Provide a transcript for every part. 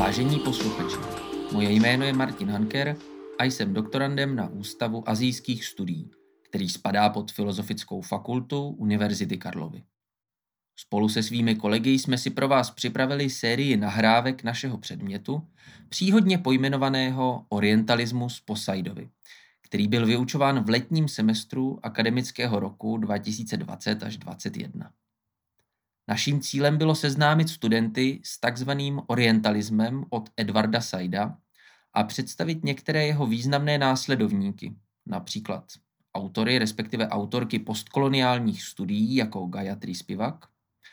Vážení posluchači, moje jméno je Martin Hanker a jsem doktorandem na Ústavu asijských studií, který spadá pod Filozofickou fakultu Univerzity Karlovy. Spolu se svými kolegy jsme si pro vás připravili sérii nahrávek našeho předmětu, příhodně pojmenovaného Orientalismus po Saidovi, který byl vyučován v letním semestru akademického roku 2020 až 2021. Naším cílem bylo seznámit studenty s takzvaným orientalismem od Edwarda Saida a představit některé jeho významné následovníky, například autory, respektive autorky postkoloniálních studií jako Gayatri Spivak,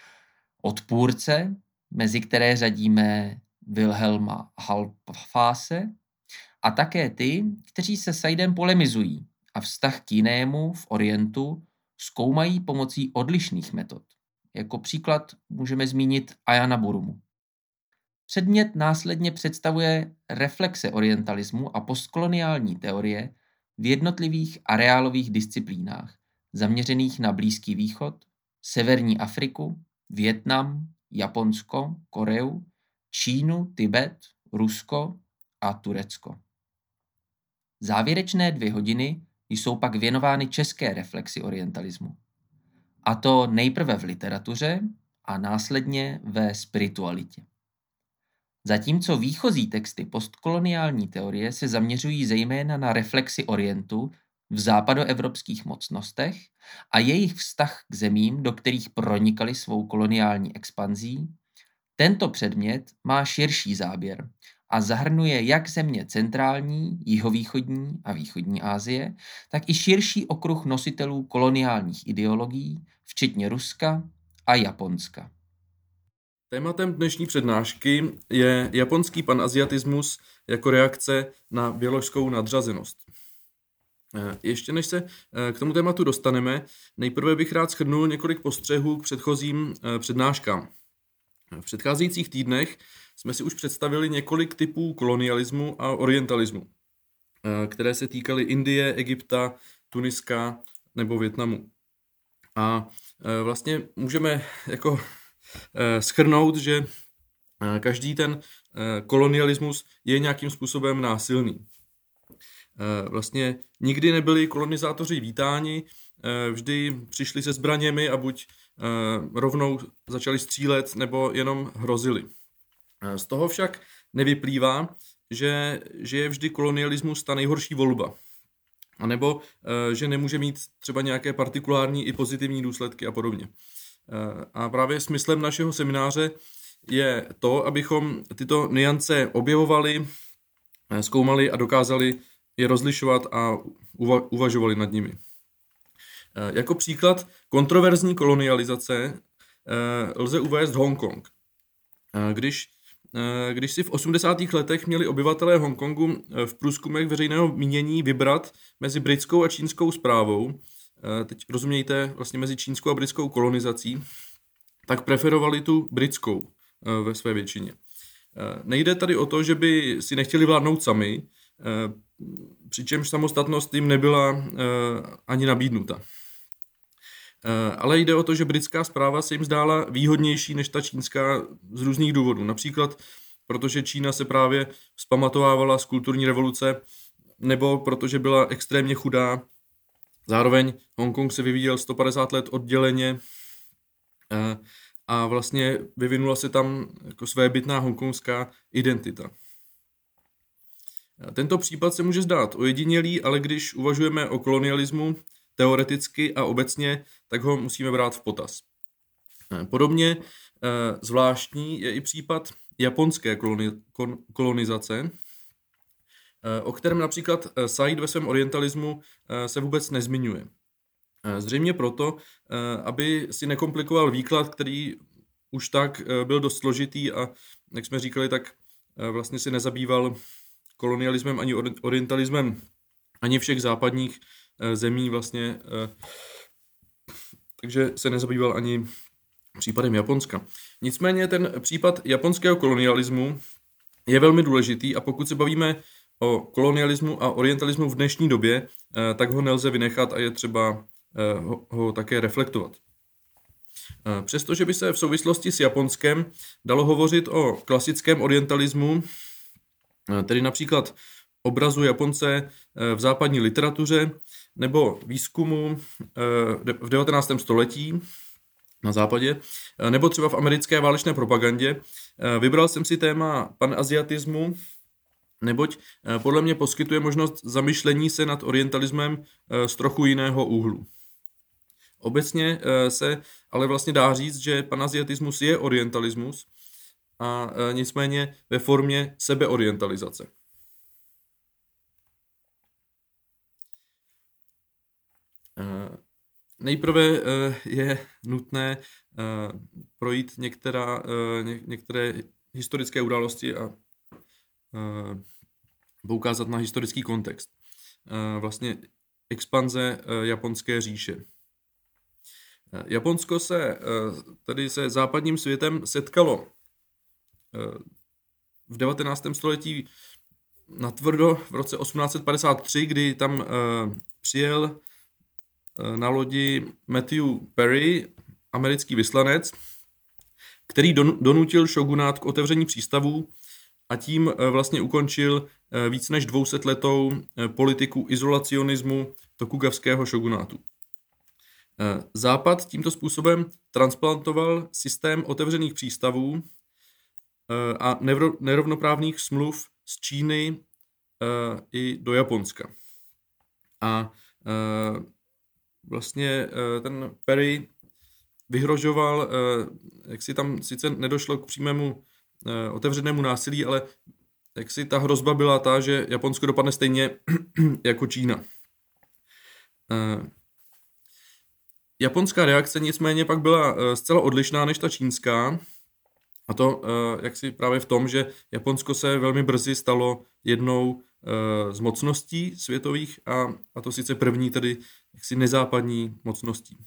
odpůrce, mezi které řadíme Wilhelma Halfase, a také ty, kteří se Saidem polemizují a vztah k jinému v Orientu zkoumají pomocí odlišných metod. Jako příklad můžeme zmínit Ayana Burumu. Předmět následně představuje reflexe orientalismu a postkoloniální teorie v jednotlivých areálových disciplínách, zaměřených na Blízký východ, Severní Afriku, Vietnam, Japonsko, Koreu, Čínu, Tibet, Rusko a Turecko. Závěrečné 2 hodiny jsou pak věnovány české reflexi orientalismu. A to nejprve v literatuře a následně ve spiritualitě. Zatímco výchozí texty postkoloniální teorie se zaměřují zejména na reflexi Orientu v západoevropských mocnostech a jejich vztah k zemím, do kterých pronikali svou koloniální expanzí, tento předmět má širší záběr a zahrnuje jak země centrální, jihovýchodní a východní Asie, tak i širší okruh nositelů koloniálních ideologií, včetně Ruska a Japonska. Tématem dnešní přednášky je japonský panaziatismus jako reakce na biologickou nadřazenost. Ještě než se k tomu tématu dostaneme, nejprve bych rád shrnul několik postřehů k předchozím přednáškám. V předcházejících týdnech jsme si už představili několik typů kolonialismu a orientalismu, které se týkaly Indie, Egypta, Tuniska nebo Vietnamu. A vlastně můžeme jako shrnout, že každý ten kolonialismus je nějakým způsobem násilný. Vlastně nikdy nebyli kolonizátoři vítáni, vždy přišli se zbraněmi a buď rovnou začali střílet nebo jenom hrozili. Z toho však nevyplývá, že je vždy kolonialismus ta nejhorší volba. A nebo že nemůže mít třeba nějaké partikulární i pozitivní důsledky a podobně. A právě smyslem našeho semináře je to, abychom tyto nuance objevovali, zkoumali a dokázali je rozlišovat a uvažovali nad nimi. Jako příklad kontroverzní kolonializace lze uvést Hongkong. Když si v 80. letech měli obyvatelé Hongkongu v průzkumech veřejného mínění vybrat mezi britskou a čínskou správou, teď rozumějte vlastně mezi čínskou a britskou kolonizací, tak preferovali tu britskou ve své většině. Nejde tady o to, že by si nechtěli vládnout sami, přičemž samostatnost jim nebyla ani nabídnuta. Ale jde o to, že britská správa se jim zdála výhodnější než ta čínská z různých důvodů. Například protože Čína se právě vzpamatovávala z kulturní revoluce, nebo protože byla extrémně chudá. Zároveň Hongkong se vyvíjel 150 let odděleně a vlastně vyvinula se tam jako svébytná hongkongská identita. Tento případ se může zdát ojedinělý, ale když uvažujeme o kolonialismu teoreticky a obecně, tak ho musíme brát v potaz. Podobně zvláštní je i případ japonské kolonizace, o kterém například Said ve svém orientalismu se vůbec nezmiňuje. Zřejmě proto, aby si nekomplikoval výklad, který už tak byl dost složitý a, jak jsme říkali, tak vlastně si nezabýval kolonialismem ani orientalismem ani všech západních zemí vlastně, takže se nezabýval ani případem Japonska. Nicméně ten případ japonského kolonialismu je velmi důležitý a pokud se bavíme o kolonialismu a orientalismu v dnešní době, tak ho nelze vynechat a je třeba ho také reflektovat. Přestože by se v souvislosti s Japonskem dalo hovořit o klasickém orientalismu, tedy například obrazu Japonce v západní literatuře nebo výzkumu v 19. století na západě, nebo třeba v americké válečné propagandě, vybral jsem si téma panaziatismu, neboť podle mě poskytuje možnost zamyšlení se nad orientalismem z trochu jiného úhlu. Obecně se ale vlastně dá říct, že panaziatismus je orientalismus a nicméně ve formě sebeorientalizace. Nejprve je nutné projít některé historické události a poukázat na historický kontext. Vlastně expanze japonské říše. Japonsko se tedy se západním světem setkalo v 19. století natvrdo v roce 1853, kdy tam přijel na lodi Matthew Perry, americký vyslanec, který donutil šogunát k otevření přístavů a tím vlastně ukončil víc než 200letou politiku izolacionismu tokugavského šogunátu. Západ tímto způsobem transplantoval systém otevřených přístavů a nerovnoprávných smluv z Číny i do Japonska. A vlastně ten Perry vyhrožoval, jak si tam sice nedošlo k přímému otevřenému násilí, ale jak si ta hrozba byla ta, že Japonsko dopadne stejně jako Čína. Japonská reakce nicméně pak byla zcela odlišná než ta čínská, a to jaksi právě v tom, že Japonsko se velmi brzy stalo jednou z mocností světových a to sice první, tedy jaksi nezápadní mocností.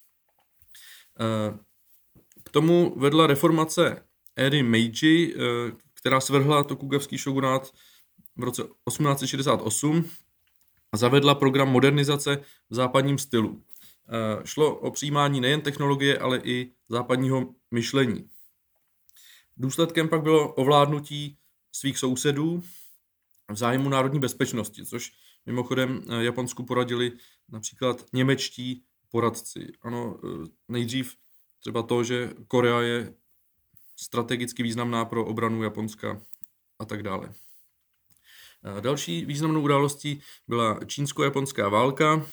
K tomu vedla reformace éry Meiji, která svrhla tokugavský šogunát v roce 1868 a zavedla program modernizace v západním stylu. Šlo o přijímání nejen technologie, ale i západního myšlení. Důsledkem pak bylo ovládnutí svých sousedů v zájmu národní bezpečnosti, což mimochodem Japonsku poradili například němečtí poradci. Ano, nejdřív třeba to, že Korea je strategicky významná pro obranu Japonska a tak dále. Další významnou událostí byla čínsko-japonská válka.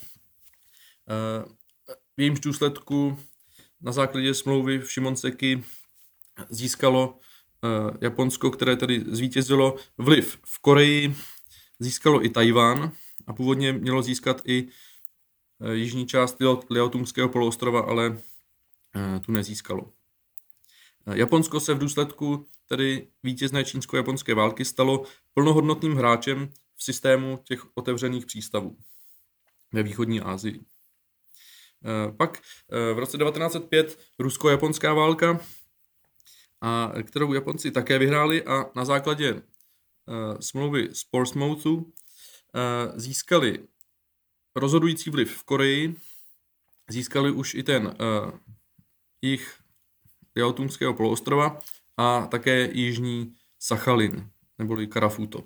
V jejímž důsledku na základě smlouvy v Shimonoseki získalo Japonsko, které tedy zvítězilo, vliv v Koreji, získalo i Tajván a původně mělo získat i jižní část Liaotumského poloostrova, ale tu nezískalo. Japonsko se v důsledku tedy vítězné čínsko-japonské války stalo plnohodnotným hráčem v systému těch otevřených přístavů ve východní Asii. Pak v roce 1905 rusko-japonská válka, kterou Japonci také vyhráli a na základě smlouvy z Portsmouthu získali rozhodující vliv v Koreji, získali už i ten jih Liaotumského poloostrova a také jižní Sachalin, neboli Karafuto.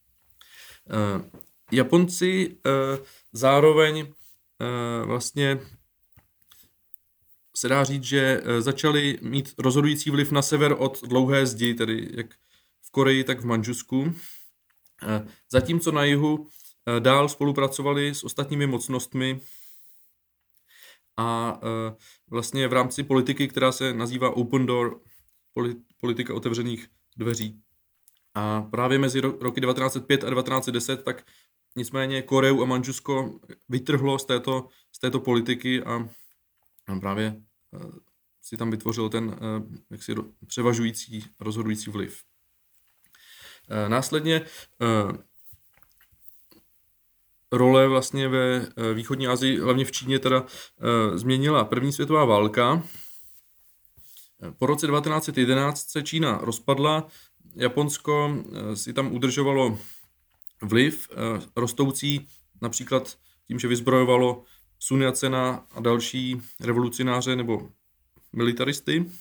Japonci zároveň vlastně se dá říct, že začali mít rozhodující vliv na sever od dlouhé zdi, tedy jak v Koreji, tak v Mandžusku. Zatímco na jihu dál spolupracovali s ostatními mocnostmi a vlastně v rámci politiky, která se nazývá Open Door, politika otevřených dveří. A právě mezi roky 1905 a 1910 tak nicméně Koreu a Mandžusko vytrhlo z této politiky a právě si tam vytvořil ten jaksi převažující, rozhodující vliv. Následně role vlastně ve východní Asii, hlavně v Číně, teda změnila první světová válka. Po roce 1911 se Čína rozpadla, Japonsko si tam udržovalo vliv rostoucí například tím, že vyzbrojovalo Sun Yat-sena a další revolucionáře nebo militaristy.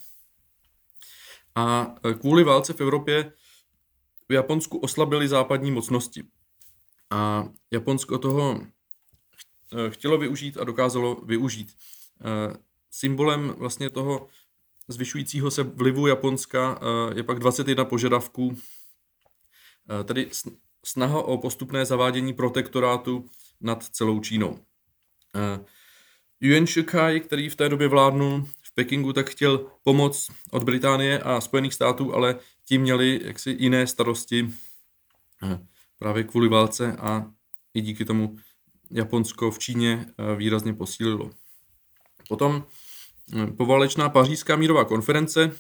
A kvůli válce v Evropě v Japonsku oslabily západní mocnosti. A Japonsko toho chtělo využít a dokázalo využít. Symbolem vlastně toho zvyšujícího se vlivu Japonska je pak 21 požadavků, tedy snaha o postupné zavádění protektorátu nad celou Čínou. Yuan Shikai, který v té době vládnul v Pekingu, tak chtěl pomoc od Británie a Spojených států, ale ti měli jaksi jiné starosti právě kvůli válce a i díky tomu Japonsko v Číně výrazně posílilo. Potom poválečná Pařížská mírová konference,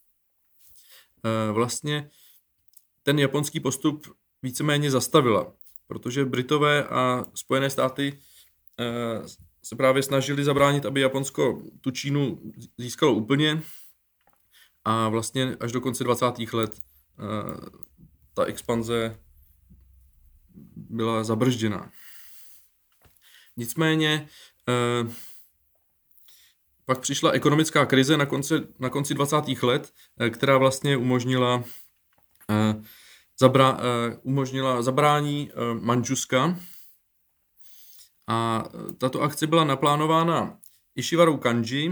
vlastně ten japonský postup víceméně zastavila, protože Britové a Spojené státy se právě snažili zabránit, aby Japonsko tu Čínu získalo úplně a vlastně až do konce 20. let ta expanze byla zabržděná. Nicméně pak přišla ekonomická krize na konci 20. let, která vlastně umožnila zabrání Mandžuska. A tato akce byla naplánována Ishivarou Kanji,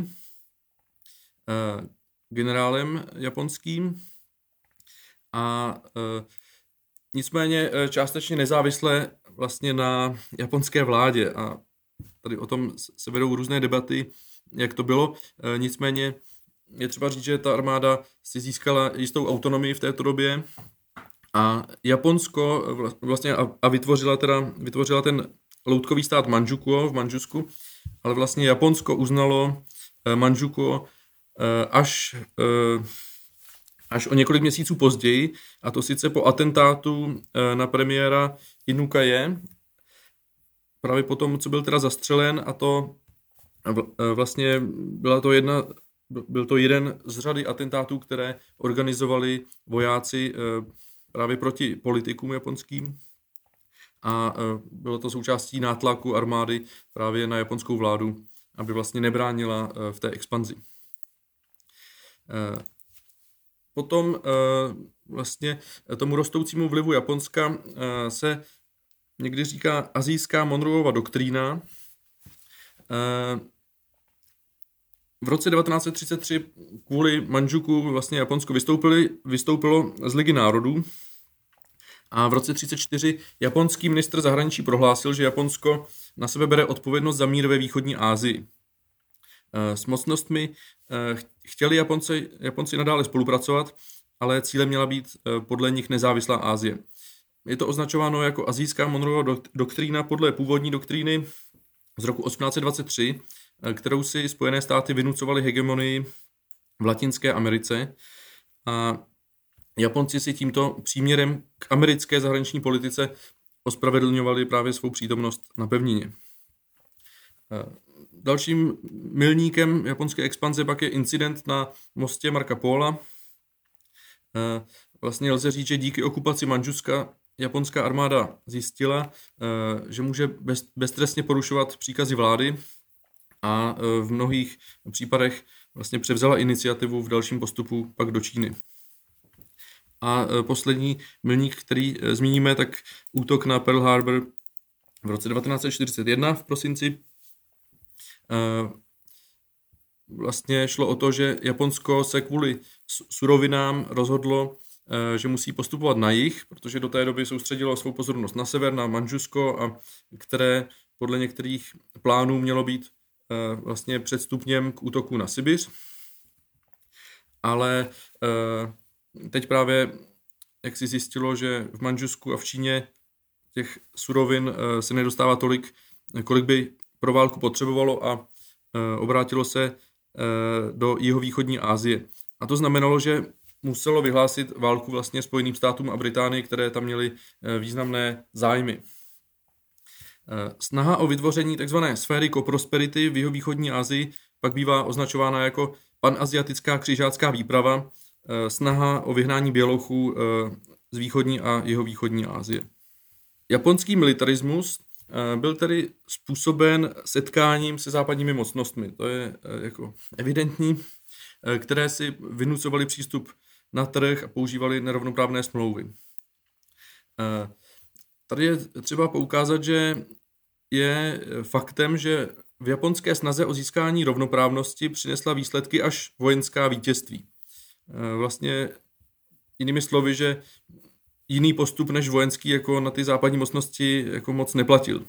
generálem japonským, a nicméně částečně nezávisle vlastně na japonské vládě. A tady o tom se vedou různé debaty, jak to bylo. Nicméně je třeba říct, že ta armáda si získala jistou autonomii v této době a Japonsko vlastně vytvořila ten loutkový stát Mandžukuo v Mandžusku, ale vlastně Japonsko uznalo Mandžukuo až o několik měsíců později, a to sice po atentátu na premiéra Inukaje, právě po tom, co byl teda zastřelen, a to vlastně byl to jeden z řady atentátů, které organizovali vojáci právě proti politikům japonským, a bylo to součástí nátlaku armády právě na japonskou vládu, aby vlastně nebránila v té expanzi. Potom vlastně tomu rostoucímu vlivu Japonska se někdy říká asijská Monroeova doktrína. V roce 1933 kvůli Mandžuku vlastně Japonsko vystoupilo z Ligy národů a v roce 1934 japonský ministr zahraničí prohlásil, že Japonsko na sebe bere odpovědnost za mír ve východní Asii. S mocnostmi chtěli Japonci nadále spolupracovat, ale cílem měla být podle nich nezávislá Asie. Je to označováno jako asijská Monroeova doktrína podle původní doktríny z roku 1823, kterou si Spojené státy vynucovaly hegemonii v Latinské Americe, a Japonci si tímto příměrem k americké zahraniční politice ospravedlňovali právě svou přítomnost na pevnině. Dalším milníkem japonské expanze pak je incident na mostě Marca Pola. Vlastně lze říct, že díky okupaci Mandžuska japonská armáda zjistila, že může beztrestně porušovat příkazy vlády, a v mnohých případech vlastně převzala iniciativu v dalším postupu pak do Číny. A poslední milník, který zmíníme, tak útok na Pearl Harbor v roce 1941 v prosinci. Vlastně šlo o to, že Japonsko se kvůli surovinám rozhodlo, že musí postupovat na jih, protože do té doby soustředilo svou pozornost na sever, na Mandžusko, a které podle některých plánů mělo být vlastně předstupněm k útoku na Sibiř. Ale teď právě, jak si zjistilo, že v Mandžusku a v Číně těch surovin se nedostává tolik, kolik by pro válku potřebovalo, a obrátilo se do jihovýchodní Asie. A to znamenalo, že muselo vyhlásit válku vlastně Spojeným státům a Británii, které tam měly významné zájmy. Snaha o vytvoření tzv. Sféry co-prosperity v jihovýchodní Asii pak bývá označována jako panasiatická křižácká výprava, snaha o vyhnání bělochů z východní a jihovýchodní Asie. Japonský militarismus byl tedy způsoben setkáním se západními mocnostmi. To je jako evidentní. které si vynucovaly přístup na trh a používali nerovnoprávné smlouvy. Tady je třeba poukázat, že je faktem, že v japonské snaze o získání rovnoprávnosti přinesla výsledky až vojenská vítězství. Vlastně jinými slovy, že jiný postup než vojenský jako na ty západní mocnosti jako moc neplatil.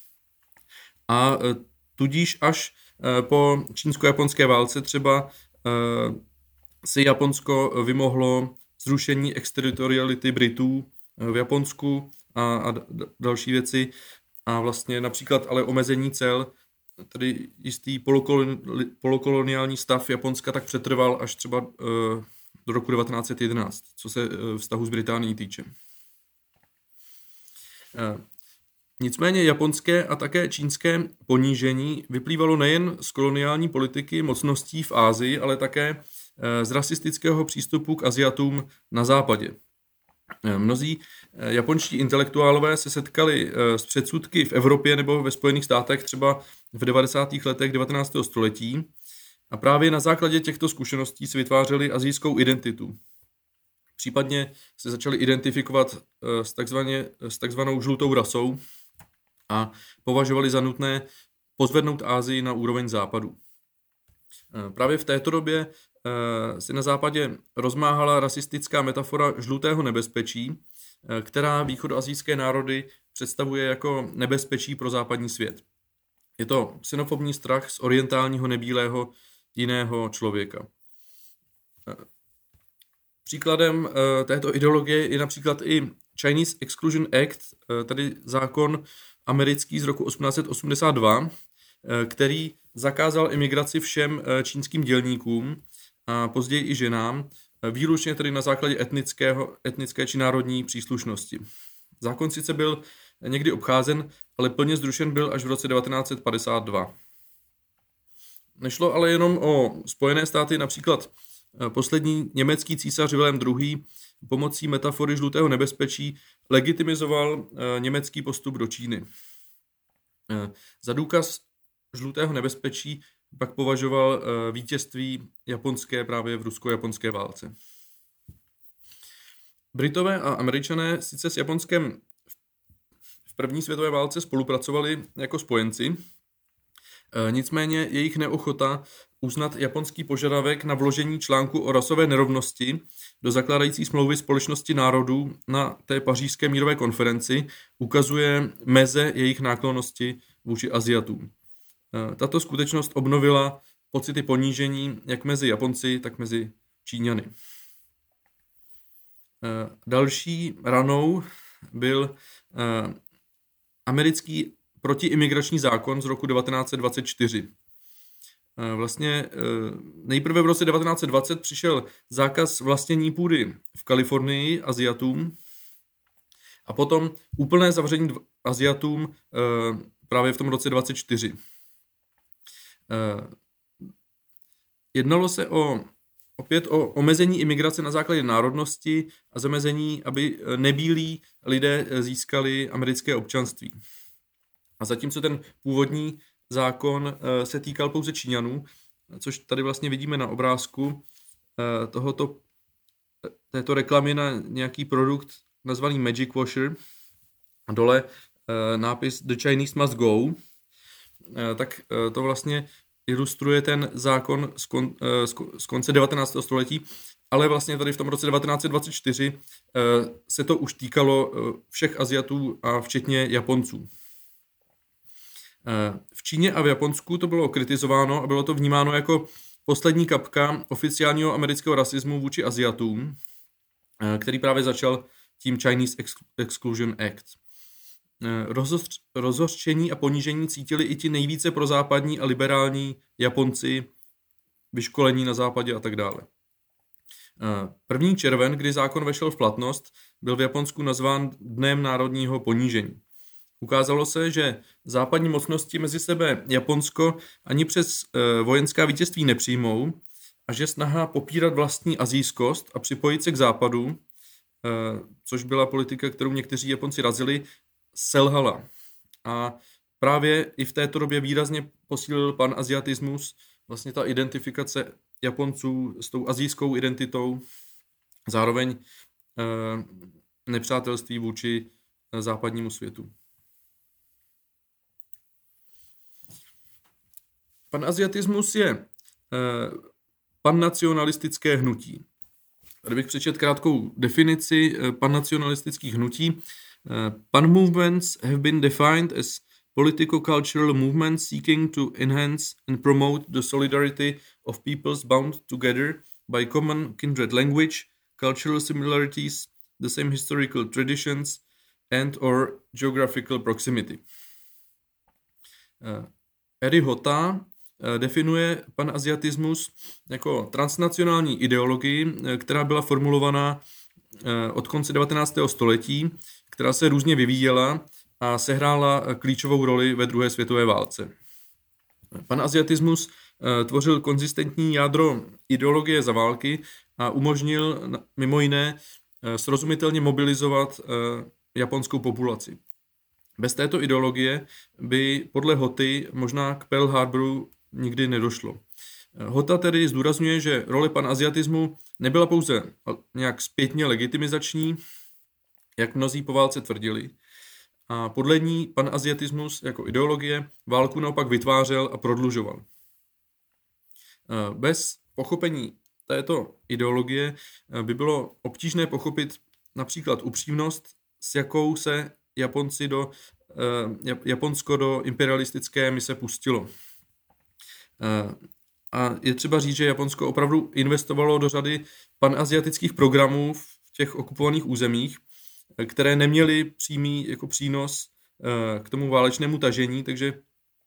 A tudíž až po čínsko-japonské válce třeba si Japonsko vymohlo zrušení exteritoriality Britů v Japonsku a další věci a vlastně například ale omezení cel, tedy jistý polokoloniální stav Japonska tak přetrval až třeba do roku 1911, co se vztahu s Británií týče. Nicméně japonské a také čínské ponížení vyplývalo nejen z koloniální politiky mocností v Asii, ale také z rasistického přístupu k Asiatům na západě. Mnozí japonští intelektuálové se setkali s předsudky v Evropě nebo ve Spojených státech třeba v 90. letech 19. století a právě na základě těchto zkušeností si vytvářeli asijskou identitu. Případně se začali identifikovat s takzvanou žlutou rasou a považovali za nutné pozvednout Asii na úroveň západu. Právě v této době se na západě rozmáhala rasistická metafora žlutého nebezpečí, která východoasijské národy představuje jako nebezpečí pro západní svět. Je to xenofobní strach z orientálního nebílého jiného člověka. Příkladem této ideologie je například i Chinese Exclusion Act, tedy zákon americký z roku 1882, který zakázal imigraci všem čínským dělníkům a později i ženám, výlučně tedy na základě etnické či národní příslušnosti. Zákon sice byl někdy obcházen, ale plně zrušen byl až v roce 1952. Nešlo ale jenom o Spojené státy, například poslední německý císař Vilém II. Pomocí metafory žlutého nebezpečí legitimizoval německý postup do Číny. Za důkaz žlutého nebezpečí pak považoval vítězství japonské právě v rusko-japonské válce. Britové a Američané sice s Japonskem v první světové válce spolupracovali jako spojenci, nicméně jejich neochota uznat japonský požadavek na vložení článku o rasové nerovnosti do zakládající smlouvy Společnosti národů na té pařížské mírové konferenci ukazuje meze jejich náklonnosti vůči Asiatům. Tato skutečnost obnovila pocity ponížení jak mezi Japonci, tak mezi Číňany. Další ranou byl americký protiimigrační zákon z roku 1924. Vlastně nejprve v roce 1920 přišel zákaz vlastnění půdy v Kalifornii Asiatům a potom úplné zavření Asiatům právě v tom roce 1924. Jednalo se opět o omezení imigrace na základě národnosti a zamezení, aby nebílí lidé získali americké občanství. A zatímco ten původní zákon se týkal pouze Číňanů, což tady vlastně vidíme na obrázku této reklamy na nějaký produkt nazvaný Magic Washer, a dole nápis The Chinese must go, tak to vlastně ilustruje ten zákon z konce 19. století, ale vlastně tady v tom roce 1924 se to už týkalo všech Asiatů a včetně Japonců. V Číně a v Japonsku to bylo kritizováno a bylo to vnímáno jako poslední kapka oficiálního amerického rasismu vůči Asiatům, který právě začal tím Chinese Exclusion Act. Rozhořčení a ponížení cítili i ti nejvíce prozápadní a liberální Japonci, vyškolení na západě a tak dále. 1. červen, kdy zákon vešel v platnost, byl v Japonsku nazván Dnem národního ponížení. Ukázalo se, že západní mocnosti mezi sebe Japonsko ani přes vojenská vítězství nepřijmou a že snaha popírat vlastní asijskost a připojit se k západu, což byla politika, kterou někteří Japonci razili, selhala. A právě i v této době výrazně posílil panasiatismus, vlastně ta identifikace Japonců s tou asijskou identitou, zároveň nepřátelství vůči západnímu světu. Panasiatismus je pannacionalistické hnutí. Tady bych přečetl krátkou definici pannacionalistických hnutí. Pan-movements have been defined as political-cultural movements seeking to enhance and promote the solidarity of peoples bound together by common kindred language, cultural similarities, the same historical traditions and or geographical proximity. Eri Hota definuje panasiatismus jako transnacionální ideologii, která byla formulovaná od konce 19. století, která se různě vyvíjela a sehrála klíčovou roli ve druhé světové válce. Panasiatismus tvořil konzistentní jádro ideologie za války a umožnil mimo jiné srozumitelně mobilizovat japonskou populaci. Bez této ideologie by podle Hoty možná k Pearl Harboru nikdy nedošlo. Hota tedy zdůrazňuje, že role panasiatismu nebyla pouze nějak zpětně legitimizační, jak mnozí po válce tvrdili, a podle ní panasiatismus jako ideologie válku naopak vytvářel a prodlužoval. Bez pochopení této ideologie by bylo obtížné pochopit například upřímnost, s jakou se Japonsko do imperialistické mise pustilo. A je třeba říct, že Japonsko opravdu investovalo do řady panasiatických programů v těch okupovaných územích, které neměly přímý jako přínos k tomu válečnému tažení, takže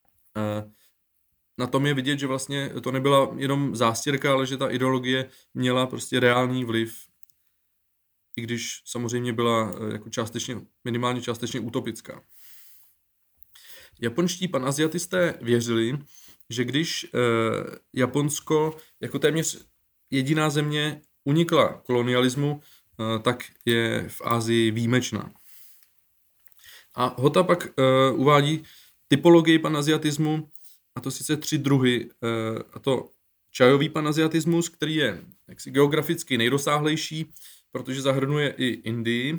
na tom je vidět, že vlastně to nebyla jenom zástěrka, ale že ta ideologie měla prostě reálný vliv, i když samozřejmě byla jako minimálně částečně utopická. Japonští panasiatisté věřili, že když Japonsko jako téměř jediná země unikla kolonialismu, tak je v Asii výjimečná. A Hota pak uvádí typologii panasiatismu, a to sice 3 druhy. A to čajový panasiatismus, který je jaksi geograficky nejrozsáhlejší, protože zahrnuje i Indii,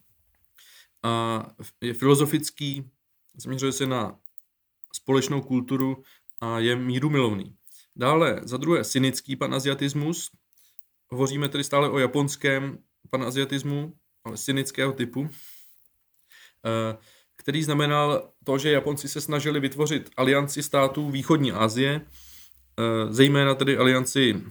a je filozofický, zaměřuje se na společnou kulturu a je mírumilovný. Dále za druhé synický panasiatismus, hovoříme tedy stále o japonském panasiatismu, ale synického typu, který znamenal to, že Japonci se snažili vytvořit alianci států východní Asie, zejména tedy alianci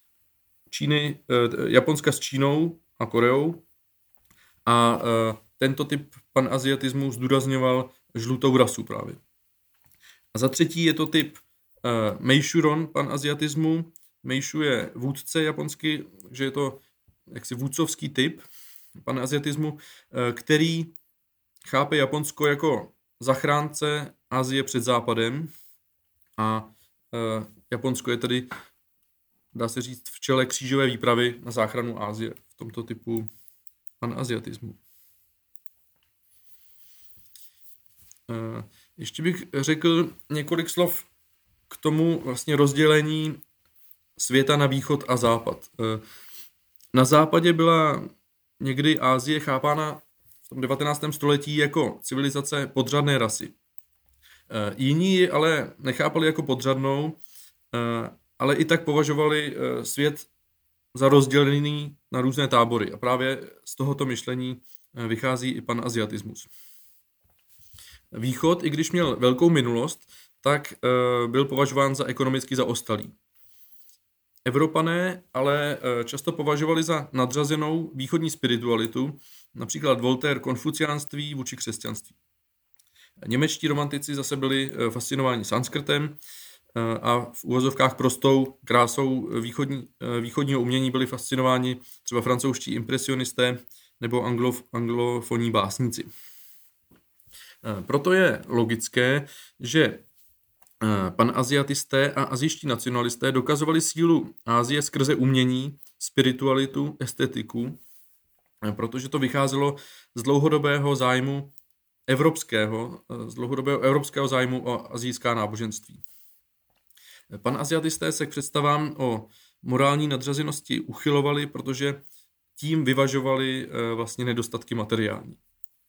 Japonska s Čínou a Koreou, a tento typ panasiatismu zdůrazňoval žlutou rasu právě. A za třetí je to typ Meishuron panasiatismu. Meishu je vůdce japonsky, takže je to jaksi vůdcovský typ panasiatismu, který chápe Japonsko jako zachránce Asie před západem, a Japonsko je tedy, dá se říct, v čele křížové výpravy na záchranu Asie v tomto typu panasiatismu. Ještě bych řekl několik slov k tomu vlastně rozdělení světa na východ a západ. Na západě byla někdy Asie chápána v tom 19. století jako civilizace podřadné rasy. Jiní ji ale nechápali jako podřadnou, ale i tak považovali svět za rozdělený na různé tábory. A právě z tohoto myšlení vychází i panasiatismus. Východ, i když měl velkou minulost, tak byl považován za ekonomicky zaostalý. Evropané ale často považovali za nadřazenou východní spiritualitu, například Voltaire konfuciánství vůči křesťanství. Němečtí romantici zase byli fascinováni sanskrtem a v uvozovkách prostou krásou východního umění byli fascinováni třeba francouzští impresionisté nebo anglofonní básníci. Proto je logické, že panasiatisté a asijští nacionalisté dokazovali sílu Asie skrze umění, spiritualitu, estetiku, protože to vycházelo z dlouhodobého zájmu evropského zájmu o asijská náboženství. Panasiatisté se k představám o morální nadřazenosti uchylovali, protože tím vyvažovali vlastně nedostatky materiální.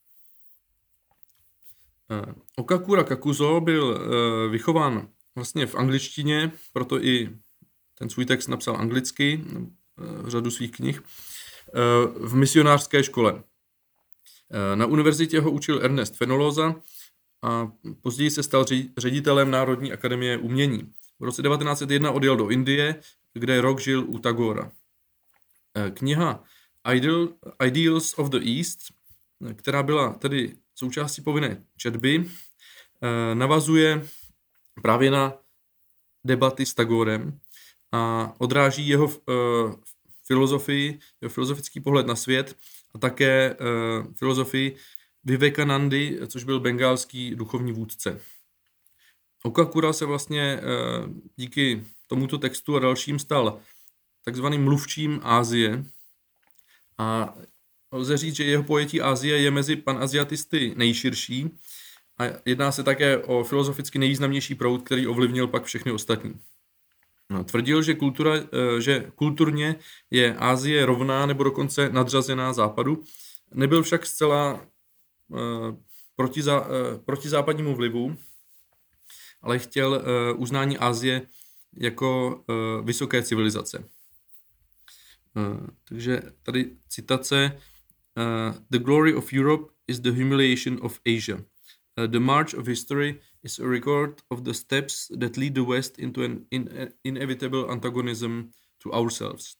Okakura Kakuzo byl vychován vlastně v angličtině, proto i ten svůj text napsal anglicky, řadu svých knih, v misionářské škole. Na univerzitě ho učil Ernest Fenollosa a později se stal ředitelem Národní akademie umění. V roce 1901 odjel do Indie, kde rok žil u Tagora. Kniha Ideals of the East, která byla tedy součástí povinné četby, navazuje právě na debaty s Tagorem a odráží jeho filozofii, jeho filozofický pohled na svět a také filozofii Vivekanandy, což byl bengálský duchovní vůdce. Okakura se vlastně díky tomuto textu a dalším stal takzvaným mluvčím Asie a lze říct, že jeho pojetí Asie je mezi panaziatisty nejširší a jedná se také o filozoficky nejvýznamnější proud, který ovlivnil pak všechny ostatní. Tvrdil, že kulturně je Asie rovná nebo dokonce nadřazená Západu, nebyl však zcela proti západnímu vlivu, ale chtěl uznání Asie jako vysoké civilizace. Takže tady citace: The glory of Europe is the humiliation of Asia. The march of history is a record of the steps that lead the West into an inevitable antagonism to ourselves.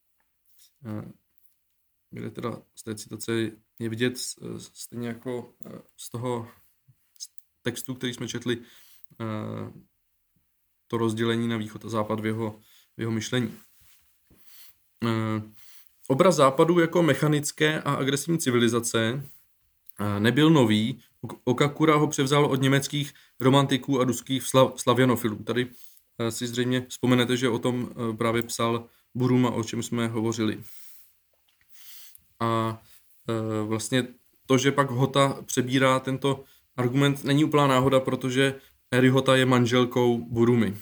Kde teda z té citace je vidět stejně jako z toho textu, který jsme četli, to rozdělení na východ a západ v jeho myšlení. Obraz západu jako mechanické a agresivní civilizace nebyl nový. Okakura ho převzal od německých romantiků a ruských slavianofilů. Tady si zřejmě vzpomenete, že o tom právě psal Buruma, o čem jsme hovořili. A vlastně to, že pak Hota přebírá tento argument, není úplná náhoda, protože Eri Hota je manželkou Burumy.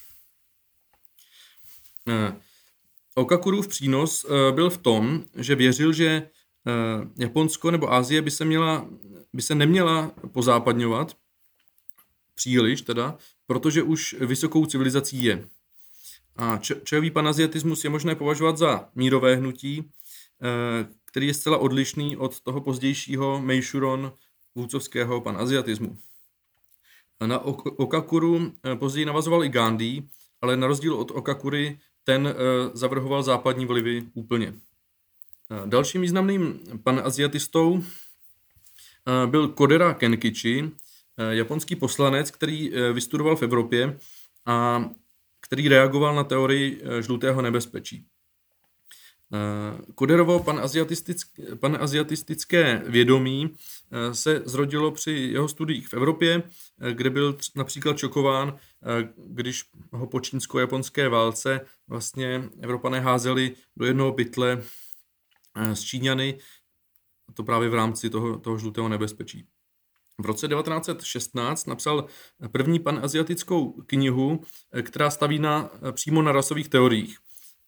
Okakurův přínos byl v tom, že věřil, že Japonsko nebo Asie by se neměla pozápadňovat příliš teda, protože už vysokou civilizací je. A čajový panaziatismus je možné považovat za mírové hnutí, který je zcela odlišný od toho pozdějšího Meishuron vůdcovského panaziatismu. Na Okakuru později navazoval i Gandhi, ale na rozdíl od Okakury ten zavrhoval západní vlivy úplně. Dalším významným panaziatistou byl Kodera Kenkichi, japonský poslanec, který vystudoval v Evropě a který reagoval na teorii žlutého nebezpečí. Koderovo panaziatistické vědomí se zrodilo při jeho studiích v Evropě, kde byl například šokován, když ho po čínsko-japonské válce vlastně Evropané házeli do jednoho pytle s Číňany, to právě v rámci toho žlutého nebezpečí. V roce 1916 napsal první panaziatickou knihu, která staví přímo na rasových teoriích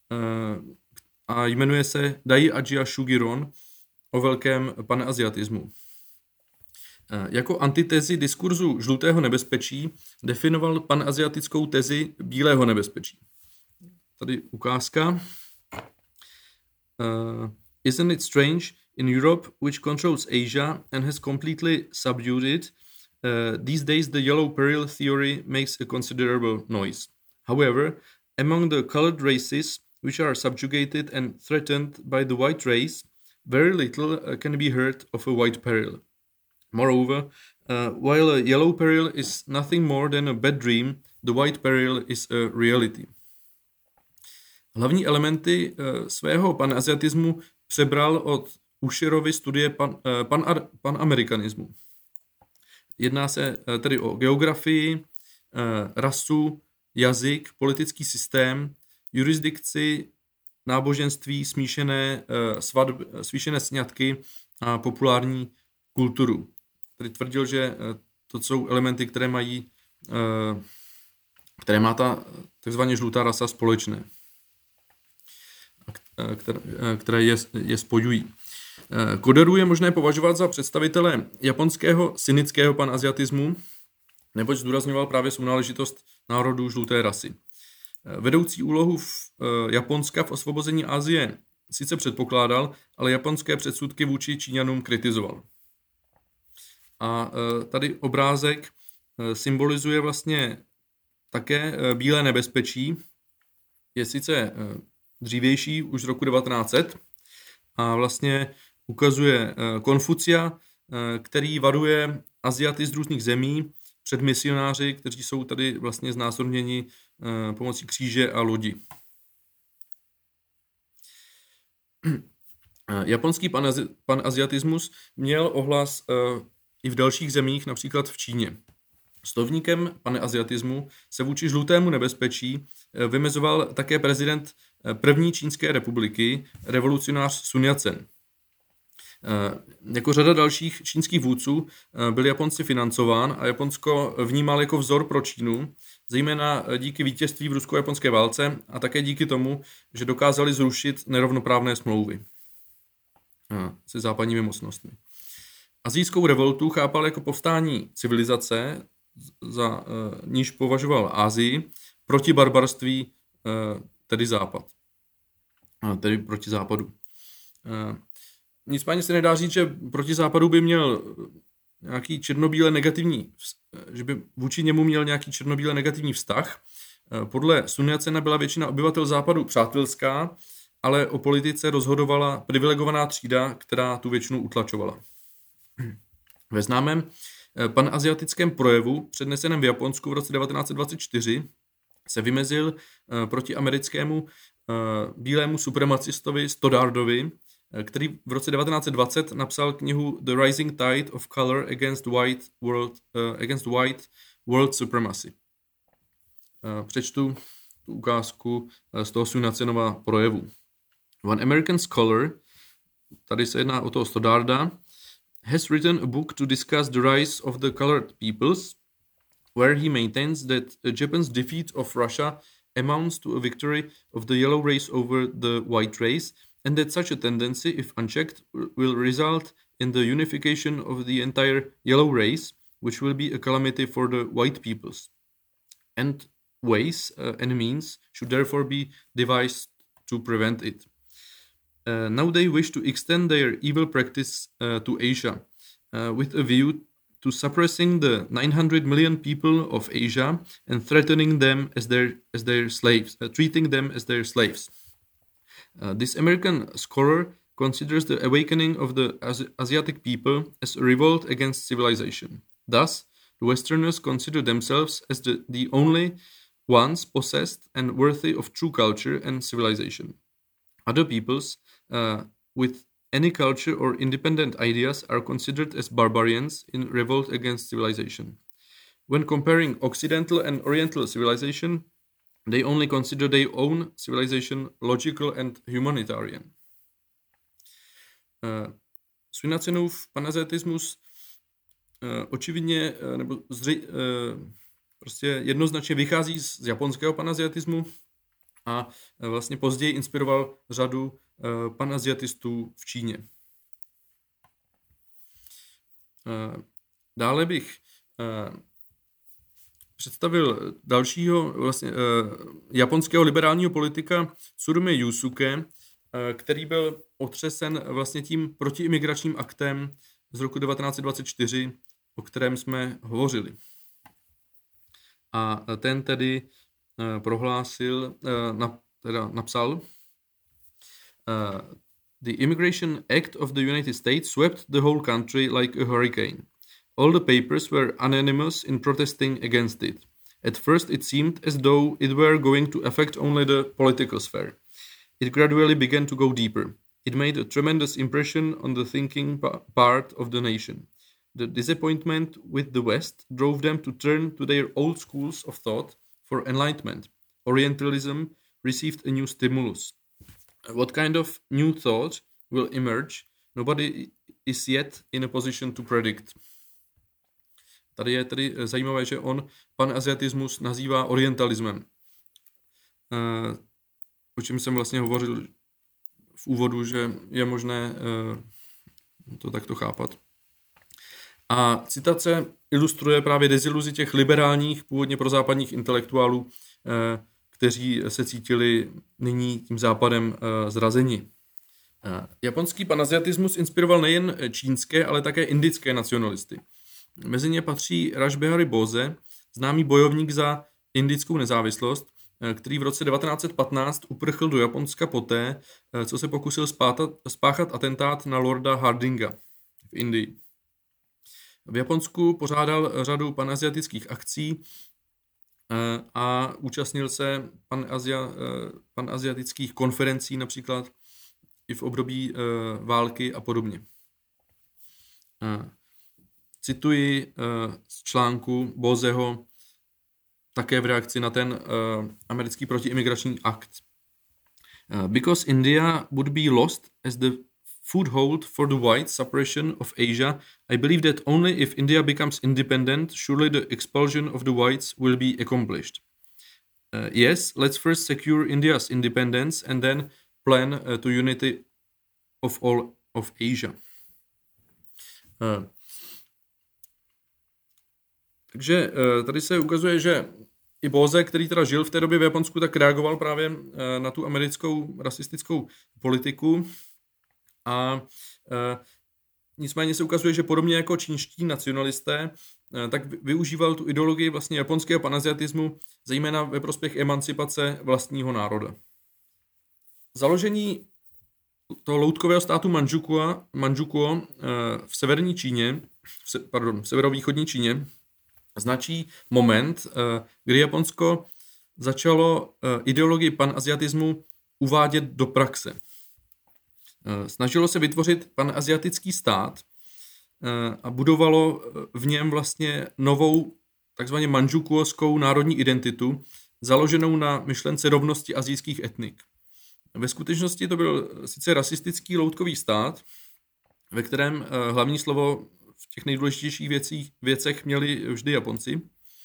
a jmenuje se Dai Ajia Shugiron o velkém panaziatismu. Jako antitezi diskurzu žlutého nebezpečí definoval panaziatickou tezi bílého nebezpečí. Tady ukázka. Isn't it strange, in Europe, which controls Asia and has completely subdued it, these days the yellow peril theory makes a considerable noise. However, among the colored races, which are subjugated and threatened by the white race, very little can be heard of a white peril. Moreover, while a yellow peril is nothing more than a bad dream, the white peril is a reality. Hlavní elementy svého panaziatismu přebral od Usherovy studie panamerikanismu. Jedná se tedy o geografii, rasu, jazyk, politický systém, jurisdikci, náboženství, smíšené sňatky a populární kulturu. Tedy tvrdil, že to jsou elementy, které má ta takzvaně žlutá rasa společné. které je spojují. Koderu je možné považovat za představitele japonského synického panasiatismu, neboť zdůrazňoval právě sounáležitost národů žluté rasy. Vedoucí úlohu Japonska v osvobození Asie sice předpokládal, ale japonské předsudky vůči Číňanům kritizoval. A tady obrázek symbolizuje vlastně také bílé nebezpečí. Je sice dřívější, už z roku 1900, a vlastně ukazuje Konfucia, který varuje Asiaty z různých zemí před misionáři, kteří jsou tady vlastně znázorněni pomocí kříže a lodi. Japonský panasiatismus měl ohlas i v dalších zemích, například v Číně. Slovníkem panasiatismu se vůči žlutému nebezpečí vymezoval také prezident první Čínské republiky, revolucionář Sun Yat-sen. Jako řada dalších čínských vůdců byl Japonci financován a Japonsko vnímal jako vzor pro Čínu, zejména díky vítězství v rusko-japonské válce a také díky tomu, že dokázali zrušit nerovnoprávné smlouvy se západními mocnostmi. Asijskou revoltu chápal jako povstání civilizace, za níž považoval Asii, proti barbarství, tedy západ. Tedy proti západu. Nicméně se nedá říct, že proti západu by měl nějaký černobíle negativní, že by vůči němu měl nějaký černobíle negativní vztah. Podle Sun Yat-sena byla většina obyvatel západu přátelská, ale o politice rozhodovala privilegovaná třída, která tu většinu utlačovala. Ve známém panasiatickém projevu, předneseném v Japonsku v roce 1924, se vymezil proti americkému bílému supremacistovi Stoddardovi, který v roce 1920 napsal knihu The Rising Tide of Color against White World Supremacy. Přečtu tu ukázku z toho Sun Yat-senova projevu. One American scholar, tady se jedná o toho Stoddarda, has written a book to discuss the rise of the colored peoples, where he maintains that Japan's defeat of Russia amounts to a victory of the yellow race over the white race, and that such a tendency, if unchecked, will result in the unification of the entire yellow race, which will be a calamity for the white peoples. And ways and means should therefore be devised to prevent it. Now they wish to extend their evil practice to Asia, with a view to suppressing the 900 million people of Asia and threatening them as their slaves, treating them as their slaves. This American scholar considers the awakening of the Asiatic people as a revolt against civilization. Thus, the Westerners consider themselves as the only ones possessed and worthy of true culture and civilization. Other peoples with any culture or independent ideas are considered as barbarians in revolt against civilization. When comparing Occidental and Oriental civilization, they only consider their own civilization logical and humanitarian. Sun Yat-senův panasiatismus očividně nebo prostě jednoznačně vychází z japonského panasiatismu a vlastně později inspiroval řadu panasiatistů v Číně. Dále bych představil dalšího vlastně japonského liberálního politika Tsurumi Yusuke, který byl otřesen vlastně tím protiimigračním aktem z roku 1924, o kterém jsme hovořili. A ten tedy prohlásil, napsal, The Immigration Act of the United States swept the whole country like a hurricane. All the papers were unanimous in protesting against it. At first it seemed as though it were going to affect only the political sphere. It gradually began to go deeper. It made a tremendous impression on the thinking part of the nation. The disappointment with the West drove them to turn to their old schools of thought for enlightenment. Orientalism received a new stimulus. What kind of new thought will emerge? Nobody is yet in a position to predict. Tady je tedy zajímavé, že on panasiatismus nazývá orientalismem. O čem jsem vlastně hovořil v úvodu, že je možné to takto chápat. A citace ilustruje právě deziluzi těch liberálních, původně prozápadních intelektuálů, kteří se cítili nyní tím západem zrazeni. Japonský panasiatismus inspiroval nejen čínské, ale také indické nacionalisty. Mezi ně patří Raspberry Bose, známý bojovník za indickou nezávislost, který v roce 1915 uprchl do Japonska poté, co se pokusil spáchat atentát na lorda Hardinga v Indii. V Japonsku pořádal řadu panasiatických akcí a účastnil se panasiatických konferencí například i v období války a podobně. Cituji z článku Boseho také v reakci na ten americký protiimigrační akt. Because India would be lost as the foothold for the white suppression of Asia, I believe that only if India becomes independent, surely the expulsion of the whites will be accomplished. Yes, let's first secure India's independence and then plan to unity of all of Asia. Takže tady se ukazuje, že i Bose, který teda žil v té době v Japonsku, tak reagoval právě na tu americkou rasistickou politiku a nicméně se ukazuje, že podobně jako čínští nacionalisté, tak využíval tu ideologii vlastně japonského panasiatismu, zejména ve prospěch emancipace vlastního národa. Založení toho loutkového státu Manchukuo v severní Číně, v severovýchodní Číně, značí moment, kdy Japonsko začalo ideologii panasiatismu uvádět do praxe. Snažilo se vytvořit panasiatický stát a budovalo v něm vlastně novou takzvaně manchukuoskou národní identitu, založenou na myšlence rovnosti asijských etnik. Ve skutečnosti to byl sice rasistický loutkový stát, ve kterém hlavní slovo v těch nejdůležitějších věcech měli vždy Japonci.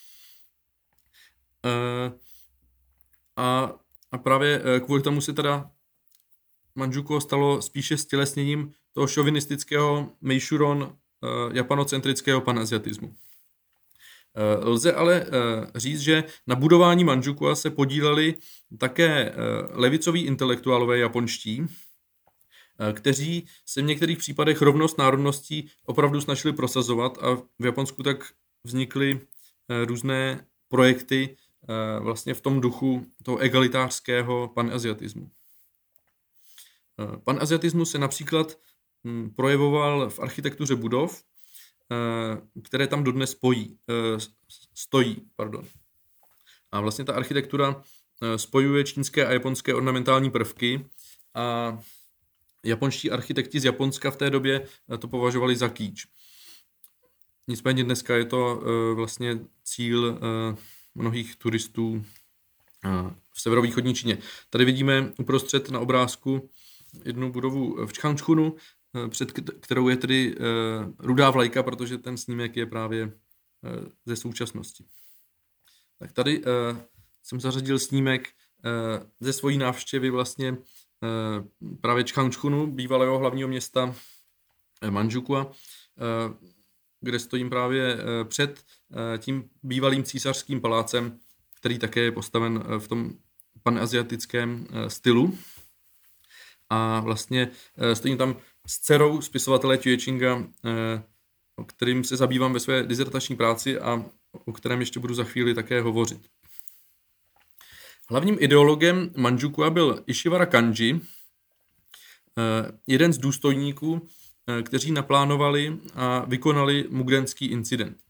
A právě kvůli tomu se teda Manchukuo stalo spíše stělesněním toho šovinistického Meishuron japanocentrického panasiatismu. Lze ale říct, že na budování Manchukua se podíleli také levicoví intelektuálové japonští, kteří se v některých případech rovnost národností opravdu snažili prosazovat a v Japonsku tak vznikly různé projekty vlastně v tom duchu toho egalitářského panasiatismu. Panasiatismus se například projevoval v architektuře budov, které tam dodnes stojí. A vlastně ta architektura spojuje čínské a japonské ornamentální prvky a japonští architekti z Japonska v té době to považovali za kýč. Nicméně dneska je to vlastně cíl mnohých turistů v severovýchodní Číně. Tady vidíme uprostřed na obrázku jednu budovu v Changchunu, před kterou je tedy rudá vlajka, protože ten snímek je právě ze současnosti. Tak tady jsem zařadil snímek ze svojí návštěvy vlastně právě Changchunu, bývalého hlavního města Manchukua, kde stojím právě před tím bývalým císařským palácem, který také je postaven v tom panasiatickém stylu. A vlastně stojím tam s dcerou spisovatele Tue Chinga, o kterým se zabývám ve své dizertační práci a o kterém ještě budu za chvíli také hovořit. Hlavním ideologem Manchukua byl Ishiwara Kanji, jeden z důstojníků, kteří naplánovali a vykonali Mugenský incident,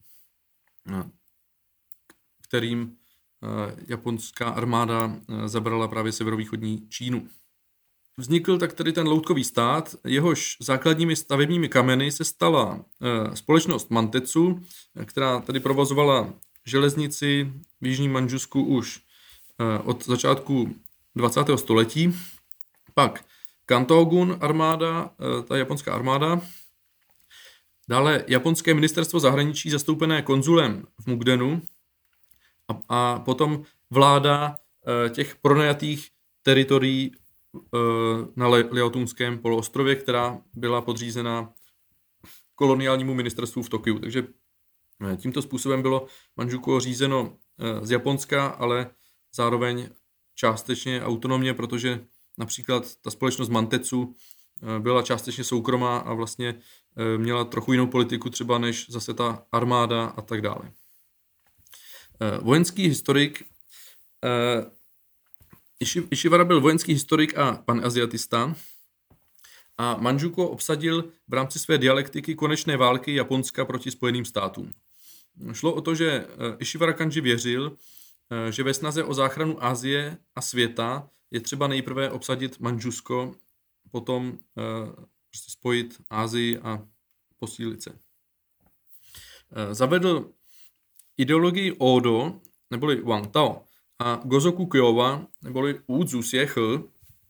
kterým japonská armáda zabrala právě severovýchodní Čínu. Vznikl tak tedy ten loutkový stát, jehož základními stavebními kameny se stala společnost Mantetsu, která tedy provozovala železnici v jižním Manchusku už od začátku 20. století. Pak Kantogun armáda, ta japonská armáda, dále japonské ministerstvo zahraničí zastoupené konzulem v Mukdenu a potom vláda těch pronajatých teritorií na Liaotunském poloostrově, která byla podřízena koloniálnímu ministerstvu v Tokiu. Takže tímto způsobem bylo Mandžukuo řízeno z Japonska, ale zároveň částečně autonomně, protože například ta společnost Mantetsu byla částečně soukromá a vlastně měla trochu jinou politiku třeba než zase ta armáda a tak dále. Vojenský historik Ishiwara byl vojenský historik a panaziatista a Mandžukuo obsadil v rámci své dialektiky konečné války Japonska proti Spojeným státům. Šlo o to, že Ishiwara Kanji věřil, že ve snaze o záchranu Asie a světa je třeba nejprve obsadit Mandžusko, potom prostě spojit Asii a posílit se. Zavedl ideologii Odo, neboli Wang Tao, a Gozoku Kyowa, neboli Uzu Siech,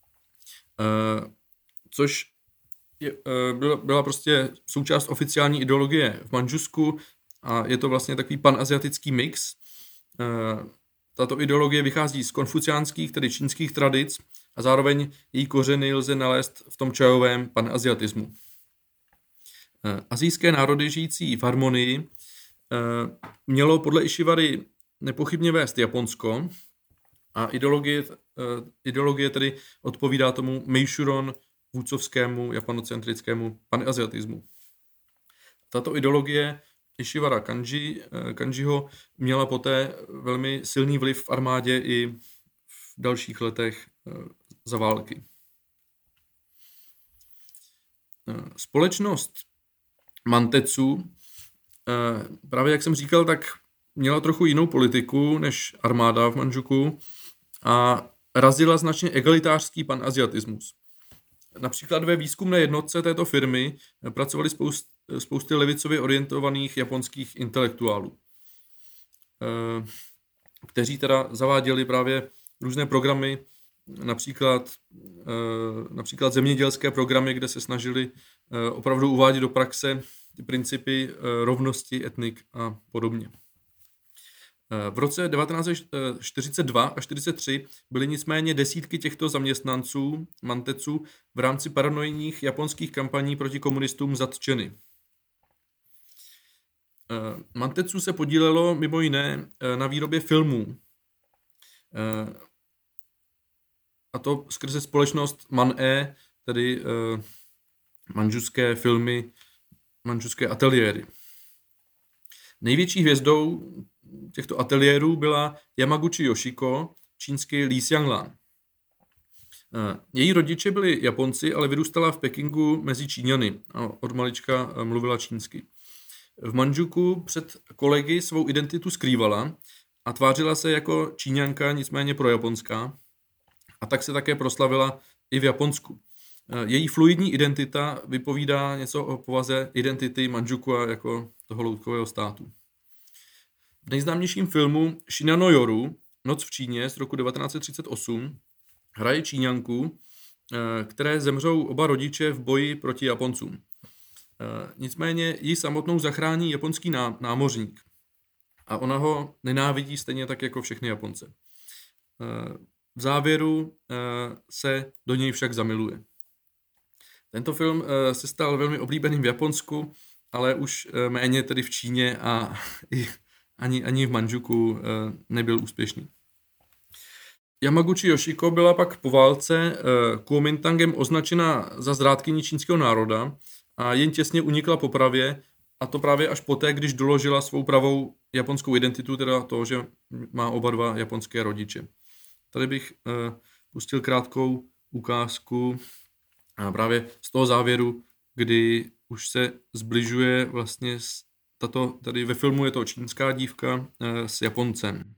což byla prostě součást oficiální ideologie v Mandžusku a je to vlastně takový panasiatický mix. Tato ideologie vychází z konfuciánských, tedy čínských tradic a zároveň její kořeny lze nalézt v tom čajovém panasiatismu. Asijské národy žijící v harmonii mělo podle Ishiwary nepochybně vést Japonsko a ideologie tedy odpovídá tomu Meishuron vůdcovskému japanocentrickému panasiatismu. Tato ideologie Ishiwara Kanjiho měla poté velmi silný vliv v armádě i v dalších letech za války. Společnost Mantetsu, právě jak jsem říkal, tak měla trochu jinou politiku než armáda v Mandžuku a razila značně egalitářský panasiatismus. Například ve výzkumné jednotce této firmy pracovali spousty levicově orientovaných japonských intelektuálů, kteří teda zaváděli právě různé programy, například zemědělské programy, kde se snažili opravdu uvádět do praxe ty principy rovnosti etnik a podobně. V roce 1942 a 1943 byly nicméně desítky těchto zaměstnanců Mantetsu v rámci paranoidních japonských kampaní proti komunistům zatčeny. Mantetsu se podílelo mimo jiné na výrobě filmů, a to skrze společnost Man-e, tedy manžuské filmy, manžuské ateliéry. Největší hvězdou těchto ateliérů byla Yamaguchi Yoshiko, čínský Li Xianglan. Její rodiče byli Japonci, ale vyrůstala v Pekingu mezi Číňany a od malička mluvila čínsky. V Mandžuku před kolegy svou identitu skrývala a tvářila se jako Číňanka, nicméně projaponská, a tak se také proslavila i v Japonsku. Její fluidní identita vypovídá něco o povaze identity Mandžukua jako toho loutkového státu. V nejznámějším filmu Shinano Yoru, Noc v Číně z roku 1938, hraje Číňanku, které zemřou oba rodiče v boji proti Japoncům. Nicméně ji samotnou zachrání japonský námořník a ona ho nenávidí stejně tak jako všechny Japonce. V závěru se do něj však zamiluje. Tento film se stal velmi oblíbeným v Japonsku, ale už méně tedy v Číně a ani v Mandžuku nebyl úspěšný. Yamaguchi Yoshiko byla pak po válce Kuomintangem označena za zrádkyni čínského národa a jen těsně unikla popravě, a to právě až poté, když doložila svou pravou japonskou identitu, teda to, že má oba dva japonské rodiče. Tady bych pustil krátkou ukázku právě z toho závěru, kdy už se zbližuje vlastně tady ve filmu je to čínská dívka s Japoncem.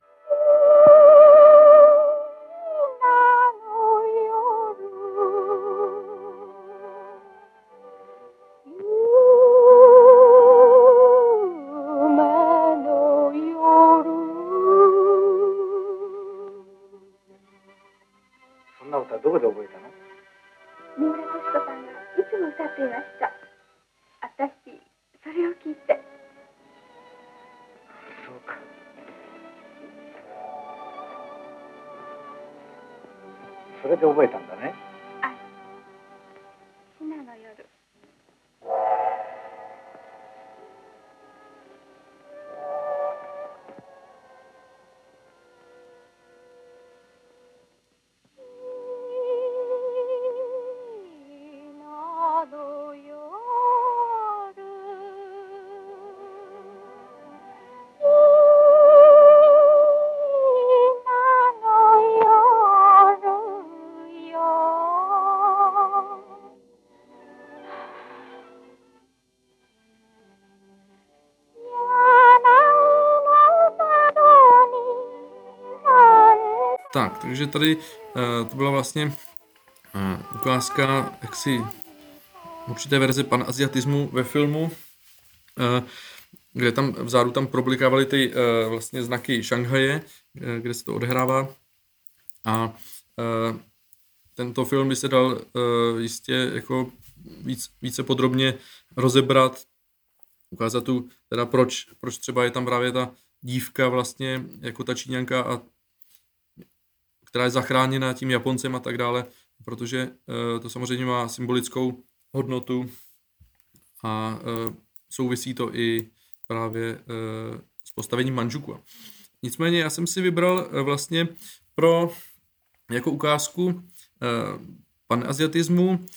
Takže tady to byla vlastně ukázka jaksi určité verze panasiatismu ve filmu, kde tam vzadu tam problikávaly ty vlastně znaky Šanghaje, kde se to odehrává. A tento film by se dal jistě jako více podrobně rozebrat, ukázat tu, teda proč třeba je tam právě ta dívka vlastně jako ta Číňanka, která je zachráněna tím Japoncem a tak dále, protože to samozřejmě má symbolickou hodnotu a souvisí to i právě s postavením Mandžukua. Nicméně já jsem si vybral vlastně pro jako ukázku panasiatismu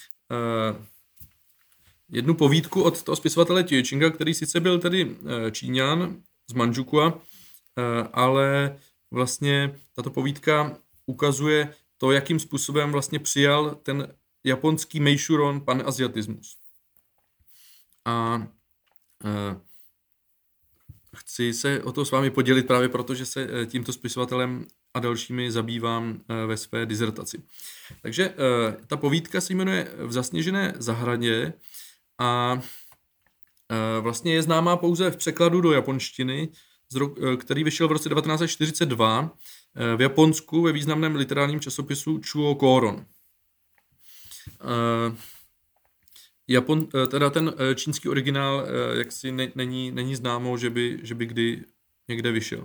jednu povídku od toho spisovatele Tue Chinga, který sice byl tedy Číňan z Mandžukua, ale vlastně tato povídka ukazuje to, jakým způsobem vlastně přijal ten japonský Meishuron panasiatismus. A chci se o to s vámi podělit právě proto, že se tímto spisovatelem a dalšími zabývám ve své dizertaci. Takže ta povídka se jmenuje V zasněžené zahradě a vlastně je známá pouze v překladu do japonštiny, který vyšel v roce 1942 v Japonsku ve významném literárním časopisu Chuo Koron. Teda ten čínský originál jaksi není známo, že by kdy někde vyšel.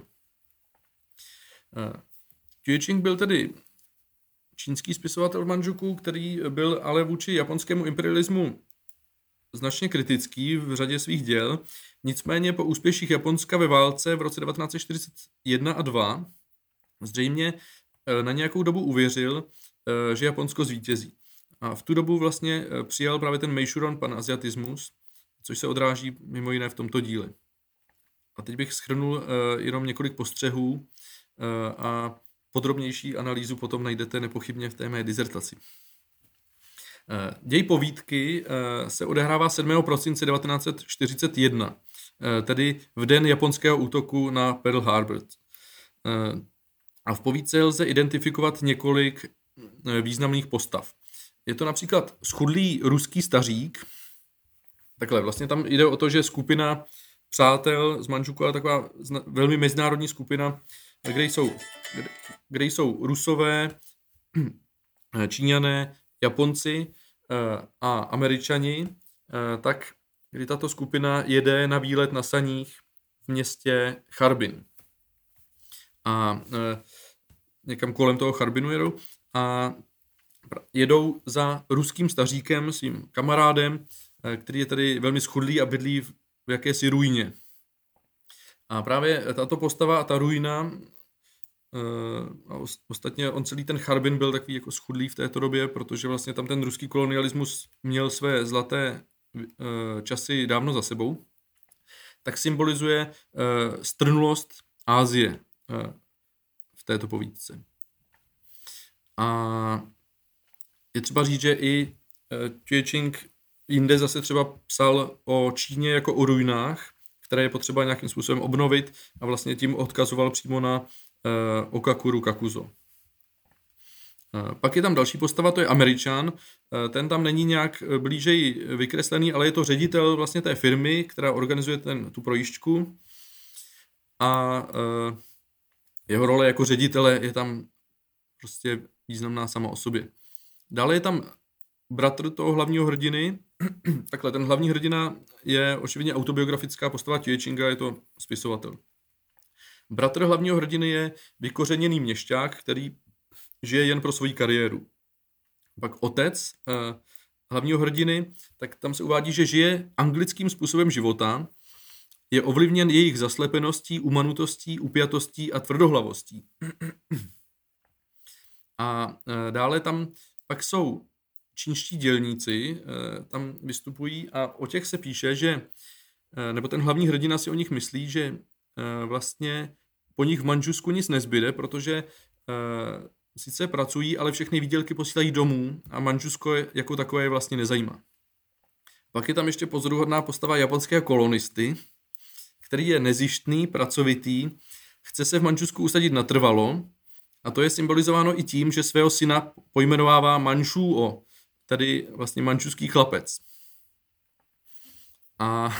Tue Ching byl tedy čínský spisovatel v Mandžuku, který byl ale vůči japonskému imperialismu značně kritický v řadě svých děl. Nicméně po úspěších Japonska ve válce v roce 1941 a 2 zřejmě na nějakou dobu uvěřil, že Japonsko zvítězí. A v tu dobu vlastně přijal právě ten Meishuron panasiatismus, což se odráží mimo jiné v tomto díle. A teď bych shrnul jenom několik postřehů a podrobnější analýzu potom najdete nepochybně v té mé dizertaci. Děj povídky se odehrává 7. prosince 1941, tedy v den japonského útoku na Pearl Harbor. A v povídce lze identifikovat několik významných postav. Je to například schudlý ruský stařík. Takhle, vlastně tam jde o to, že skupina přátel z Mandžuku, ale taková velmi mezinárodní skupina, kde jsou Rusové, Číňané, Japonci a Američani, tak kdy tato skupina jede na výlet na saních v městě Charbin. A někam kolem toho Charbinu jedou a jedou za ruským staříkem, svým kamarádem, který je tady velmi schudlý a bydlí v jakési ruině. A právě tato postava a ta ruina, a ostatně on celý ten Charbin byl takový jako schudlý v této době, protože vlastně tam ten ruský kolonialismus měl své zlaté časy dávno za sebou, tak symbolizuje strnulost Asie v této povídce. A je třeba říct, že i Tue Ching jinde zase třeba psal o Číně jako o ruinách, které je potřeba nějakým způsobem obnovit a vlastně tím odkazoval přímo na Okakuru Kakuzo. Pak je tam další postava, to je Američan. Ten tam není nějak blížej vykreslený, ale je to ředitel vlastně té firmy, která organizuje tu projížďku. A jeho role jako ředitele je tam prostě významná sama o sobě. Dále je tam bratr toho hlavního hrdiny. Takhle, ten hlavní hrdina je očividně autobiografická postava Tue Chinga, je to spisovatel. Bratr hlavního hrdiny je vykořeněný měšťák, který žije jen pro svoji kariéru. Pak otec hlavního hrdiny, tak tam se uvádí, že žije anglickým způsobem života, je ovlivněn jejich zaslepeností, umanutostí, upjatostí a tvrdohlavostí. A dále tam pak jsou čínští dělníci, tam vystupují a o těch se píše, že, nebo ten hlavní hrdina si o nich myslí, že vlastně po nich v Mandžusku nic nezbyde, protože sice pracují, ale všechny výdělky posílají domů a Mandžusko jako takové je vlastně nezajímá. Pak je tam ještě pozoruhodná postava japonského kolonisty, který je nezištný, pracovitý, chce se v Mandžusku usadit natrvalo A to je symbolizováno i tím, že svého syna pojmenovává Mančuo, tedy vlastně mančuský chlapec. A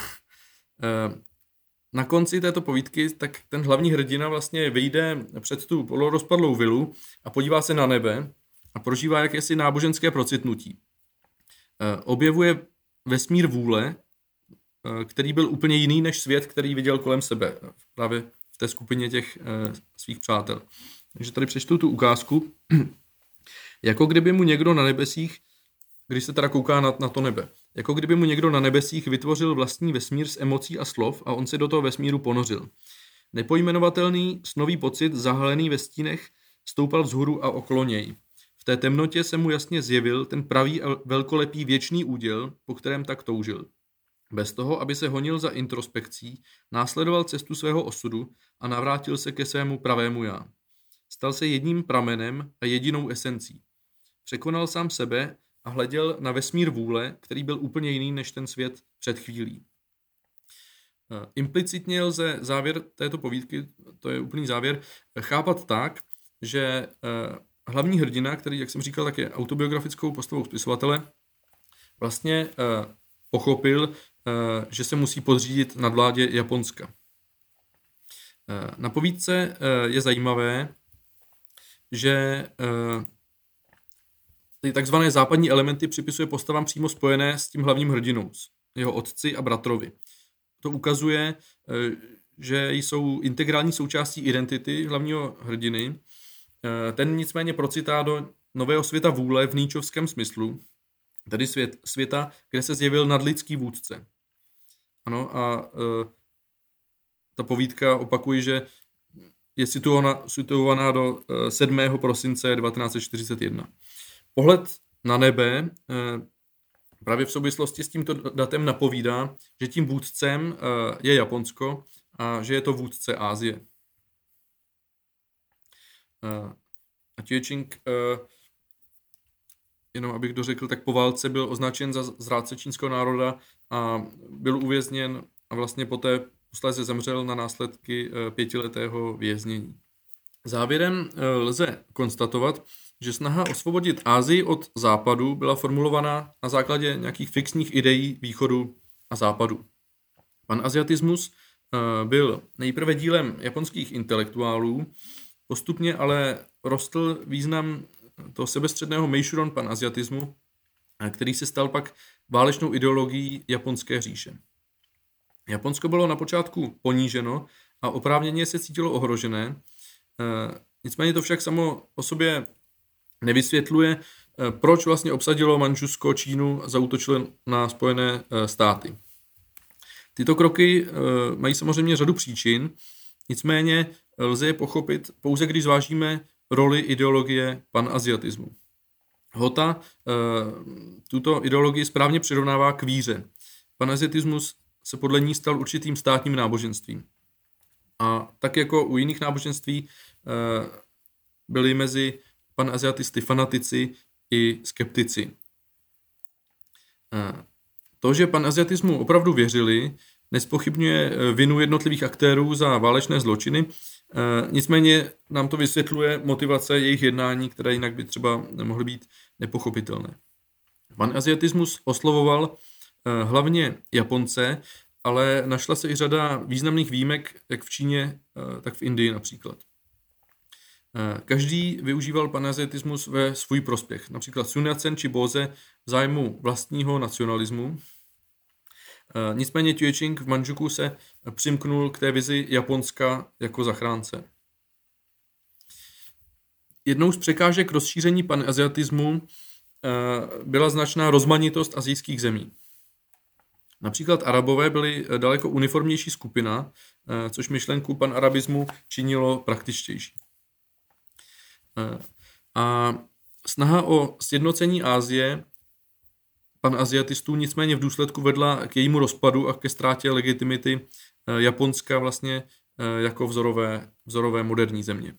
na konci této povídky tak ten hlavní hrdina vlastně vyjde před tu polorozpadlou vilu a podívá se na nebe a prožívá jakési náboženské procitnutí. Objevuje vesmír vůle, který byl úplně jiný než svět, který viděl kolem sebe, právě v té skupině těch svých přátel. Takže tady přečtu tu ukázku. Jako kdyby mu někdo na nebesích, když se teda kouká na to nebe, jako kdyby mu někdo na nebesích vytvořil vlastní vesmír s emocí a slov a on se do toho vesmíru ponořil. Nepojmenovatelný snový pocit, zahalený ve stínech, stoupal vzhůru a okolo něj. V té temnotě se mu jasně zjevil ten pravý a velkolepý věčný úděl, po kterém tak toužil. Bez toho, aby se honil za introspekcí, následoval cestu svého osudu a navrátil se ke svému pravému já. Stal se jedním pramenem a jedinou esencí. Překonal sám sebe a hleděl na vesmír vůle, který byl úplně jiný než ten svět před chvílí. Implicitně lze závěr této povídky, to je úplný závěr, chápat tak, že hlavní hrdina, který, jak jsem říkal, tak je autobiografickou postavou spisovatele, vlastně pochopil, že se musí podřídit nadvládě Japonska. Na povídce je zajímavé, že ty takzvané západní elementy připisuje postavám přímo spojené s tím hlavním hrdinou, jeho otci a bratrovi. To ukazuje, že jsou integrální součástí identity hlavního hrdiny. Ten nicméně procitá do nového světa vůle v Nietzschovském smyslu, tedy světa, kde se zjevil nadlidský vůdce. Ano, a ta povídka, opakuji, že je situovaná do 7. prosince 1941. Pohled na nebe právě v souvislosti s tímto datem napovídá, že tím vůdcem je Japonsko a že je to vůdce Asie. A Tue-Ching, jenom abych dořekl, tak po válce byl označen za zrádce čínského národa a byl uvězněn a vlastně poté posléze zemřel na následky 5letého věznění. Závěrem lze konstatovat, že snaha osvobodit Asii od západu byla formulovaná na základě nějakých fixních ideí východu a západu. Panasiatismus byl nejprve dílem japonských intelektuálů, postupně ale rostl význam toho sebestředného Meishuron panasiatismu, který se stal pak válečnou ideologií japonské říše. Japonsko bylo na počátku poníženo a oprávněně se cítilo ohrožené, nicméně to však samo o sobě nevysvětluje, proč vlastně obsadilo Mančusko Čínu a zaútočilo na Spojené státy. Tyto kroky mají samozřejmě řadu příčin, nicméně lze je pochopit pouze, když zvážíme roli ideologie panasiatismu. Hota tuto ideologii správně přirovnává k víře. Panasiatismus se podle ní stal určitým státním náboženstvím. A tak jako u jiných náboženství byli mezi panasiatisty fanatici i skeptici. To, že panasiatismu opravdu věřili, nezpochybňuje vinu jednotlivých aktérů za válečné zločiny, nicméně nám to vysvětluje motivace jejich jednání, které jinak by třeba mohly být nepochopitelné. Panasiatismus oslovoval hlavně Japonce, ale našla se i řada významných výjimek, jak v Číně, tak v Indii například. Každý využíval panasiatismus ve svůj prospěch, například Sun Yat-sen či Bose v zájmu vlastního nacionalismu. Nicméně Tue-Ching v Manžuku se přimknul k té vizi Japonska jako zachránce. Jednou z překážek rozšíření panasiatismu byla značná rozmanitost asijských zemí. Například Arabové byli daleko uniformnější skupina, což myšlenku panarabismu činilo praktičtější. A snaha o sjednocení Asie panasiatistů nicméně v důsledku vedla k jejímu rozpadu a ke ztrátě legitimity Japonska vlastně jako vzorové moderní země.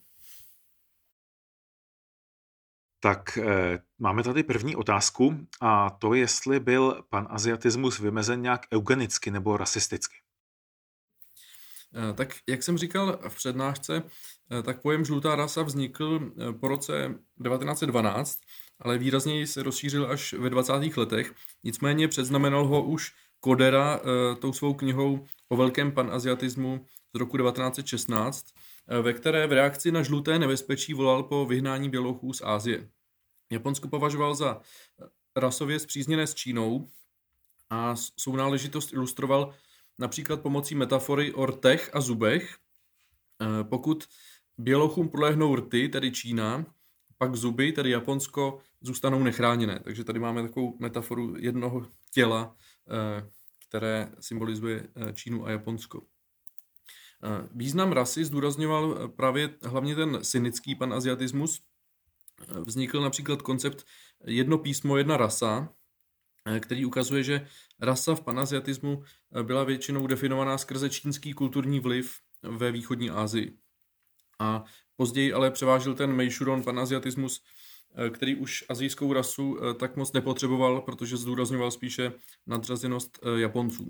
Tak máme tady první otázku a to, jestli byl panasiatismus vymezen nějak eugenicky nebo rasisticky. Tak jak jsem říkal v přednášce, tak pojem žlutá rasa vznikl po roce 1912, ale výrazněji se rozšířil až ve 20. letech. Nicméně předznamenal ho už Kodera tou svou knihou o velkém panasiatismu z roku 1916, ve které v reakci na žluté nebezpečí volal po vyhnání bělochů z Asie. Japonsko považoval za rasově spřízněné s Čínou a sounáležitost ilustroval například pomocí metafory o rtech a zubech. Pokud bělochům podlehnou rty, tedy Čína, pak zuby, tedy Japonsko, zůstanou nechráněné. Takže tady máme takovou metaforu jednoho těla, které symbolizuje Čínu a Japonsko. Význam rasy zdůrazňoval právě hlavně ten synický panasiatismus. Vznikl například koncept jedno písmo, jedna rasa, který ukazuje, že rasa v panasiatismu byla většinou definovaná skrze čínský kulturní vliv ve východní Asii. A později ale převážil ten Meishuron panasiatismus, který už asijskou rasu tak moc nepotřeboval, protože zdůrazňoval spíše nadřazenost Japonců.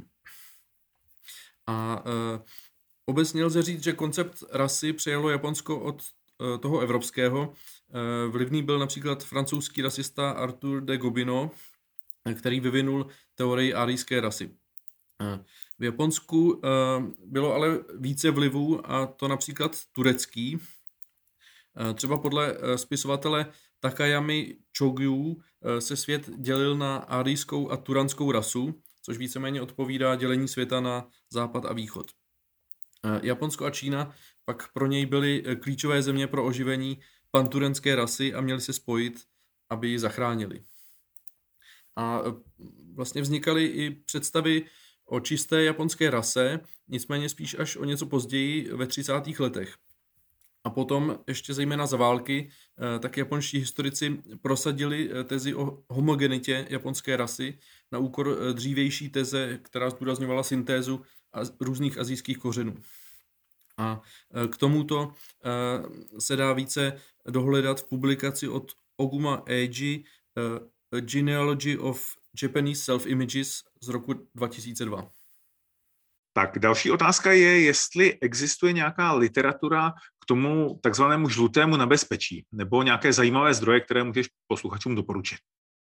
A obecně lze říct, že koncept rasy přejalo Japonsko od toho evropského. Vlivný byl například francouzský rasista Arthur de Gobineau, který vyvinul teorii arijské rasy. V Japonsku bylo ale více vlivů, a to například turecký. Třeba podle spisovatele Takayamy Chogyu se svět dělil na arijskou a turanskou rasu, což víceméně odpovídá dělení světa na západ a východ. Japonsko a Čína pak pro něj byly klíčové země pro oživení panturenské rasy a měli se spojit, aby ji zachránili. A vlastně vznikaly i představy o čisté japonské rase, nicméně spíš až o něco později ve 30. letech. A potom, ještě zejména za války, tak japonští historici prosadili tezi o homogenitě japonské rasy na úkor dřívější teze, která zdůrazňovala syntézu různých asijských kořenů. A k tomuto se dá více dohledat v publikaci od Oguma Eiji A Genealogy of Japanese Self-Images z roku 2002. Tak další otázka je, jestli existuje nějaká literatura k tomu takzvanému žlutému nebezpečí, nebo nějaké zajímavé zdroje, které můžeš posluchačům doporučit.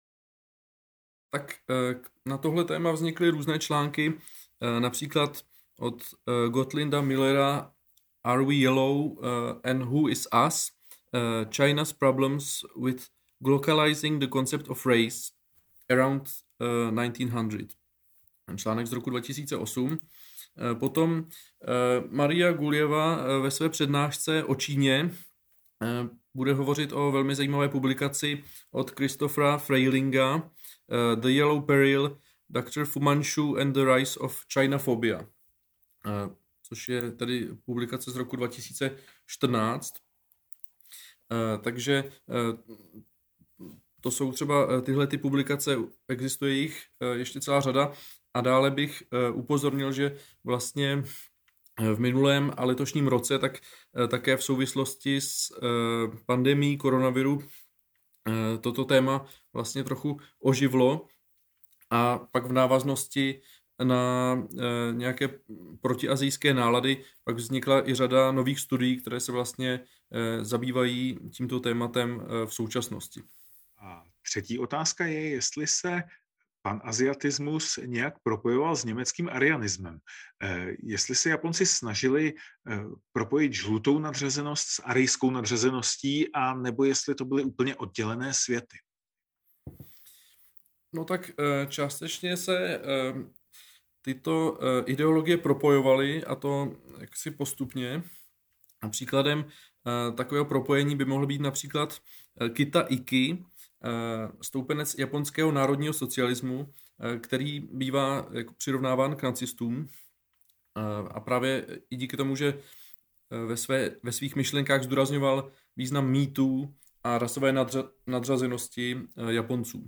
Tak na tohle téma vznikly různé články, například od Gottlinda Millera Are We Yellow and Who is Us? China's Problems with Glocalizing the Concept of Race around 1900. Článek z roku 2008. Potom Maria Guljeva ve své přednášce o Číně bude hovořit o velmi zajímavé publikaci od Christophera Freilinga The Yellow Peril, Dr. Fu Manchu and the Rise of Chinaphobia, což je tady publikace z roku 2014. Takže to jsou třeba tyhle ty publikace, existuje jich ještě celá řada. A dále bych upozornil, že vlastně v minulém a letošním roce, tak také v souvislosti s pandemií koronaviru toto téma vlastně trochu oživlo, a pak v návaznosti na nějaké protiazijské nálady pak vznikla i řada nových studií, které se vlastně zabývají tímto tématem v současnosti. A třetí otázka je, jestli se panasiatismus nějak propojoval s německým arianismem. Jestli se Japonci snažili propojit žlutou nadřazenost s arijskou nadřazeností, a nebo jestli to byly úplně oddělené světy. No tak částečně se tyto ideologie propojovaly, a to jaksi postupně. A příkladem takového propojení by mohl být například Kita Ikki, stoupenec japonského národního socialismu, který bývá jako přirovnáván k nacistům. A právě i díky tomu, že ve svých myšlenkách zdůrazňoval význam mýtů a rasové nadřazenosti Japonců.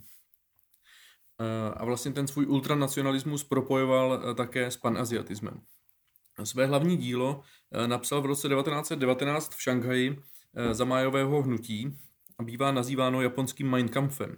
A vlastně ten svůj ultranacionalismus propojoval také s panasiatismem. Své hlavní dílo napsal v roce 1919 v Šanghaji za májového hnutí a bývá nazýváno japonským Mein Kampfem.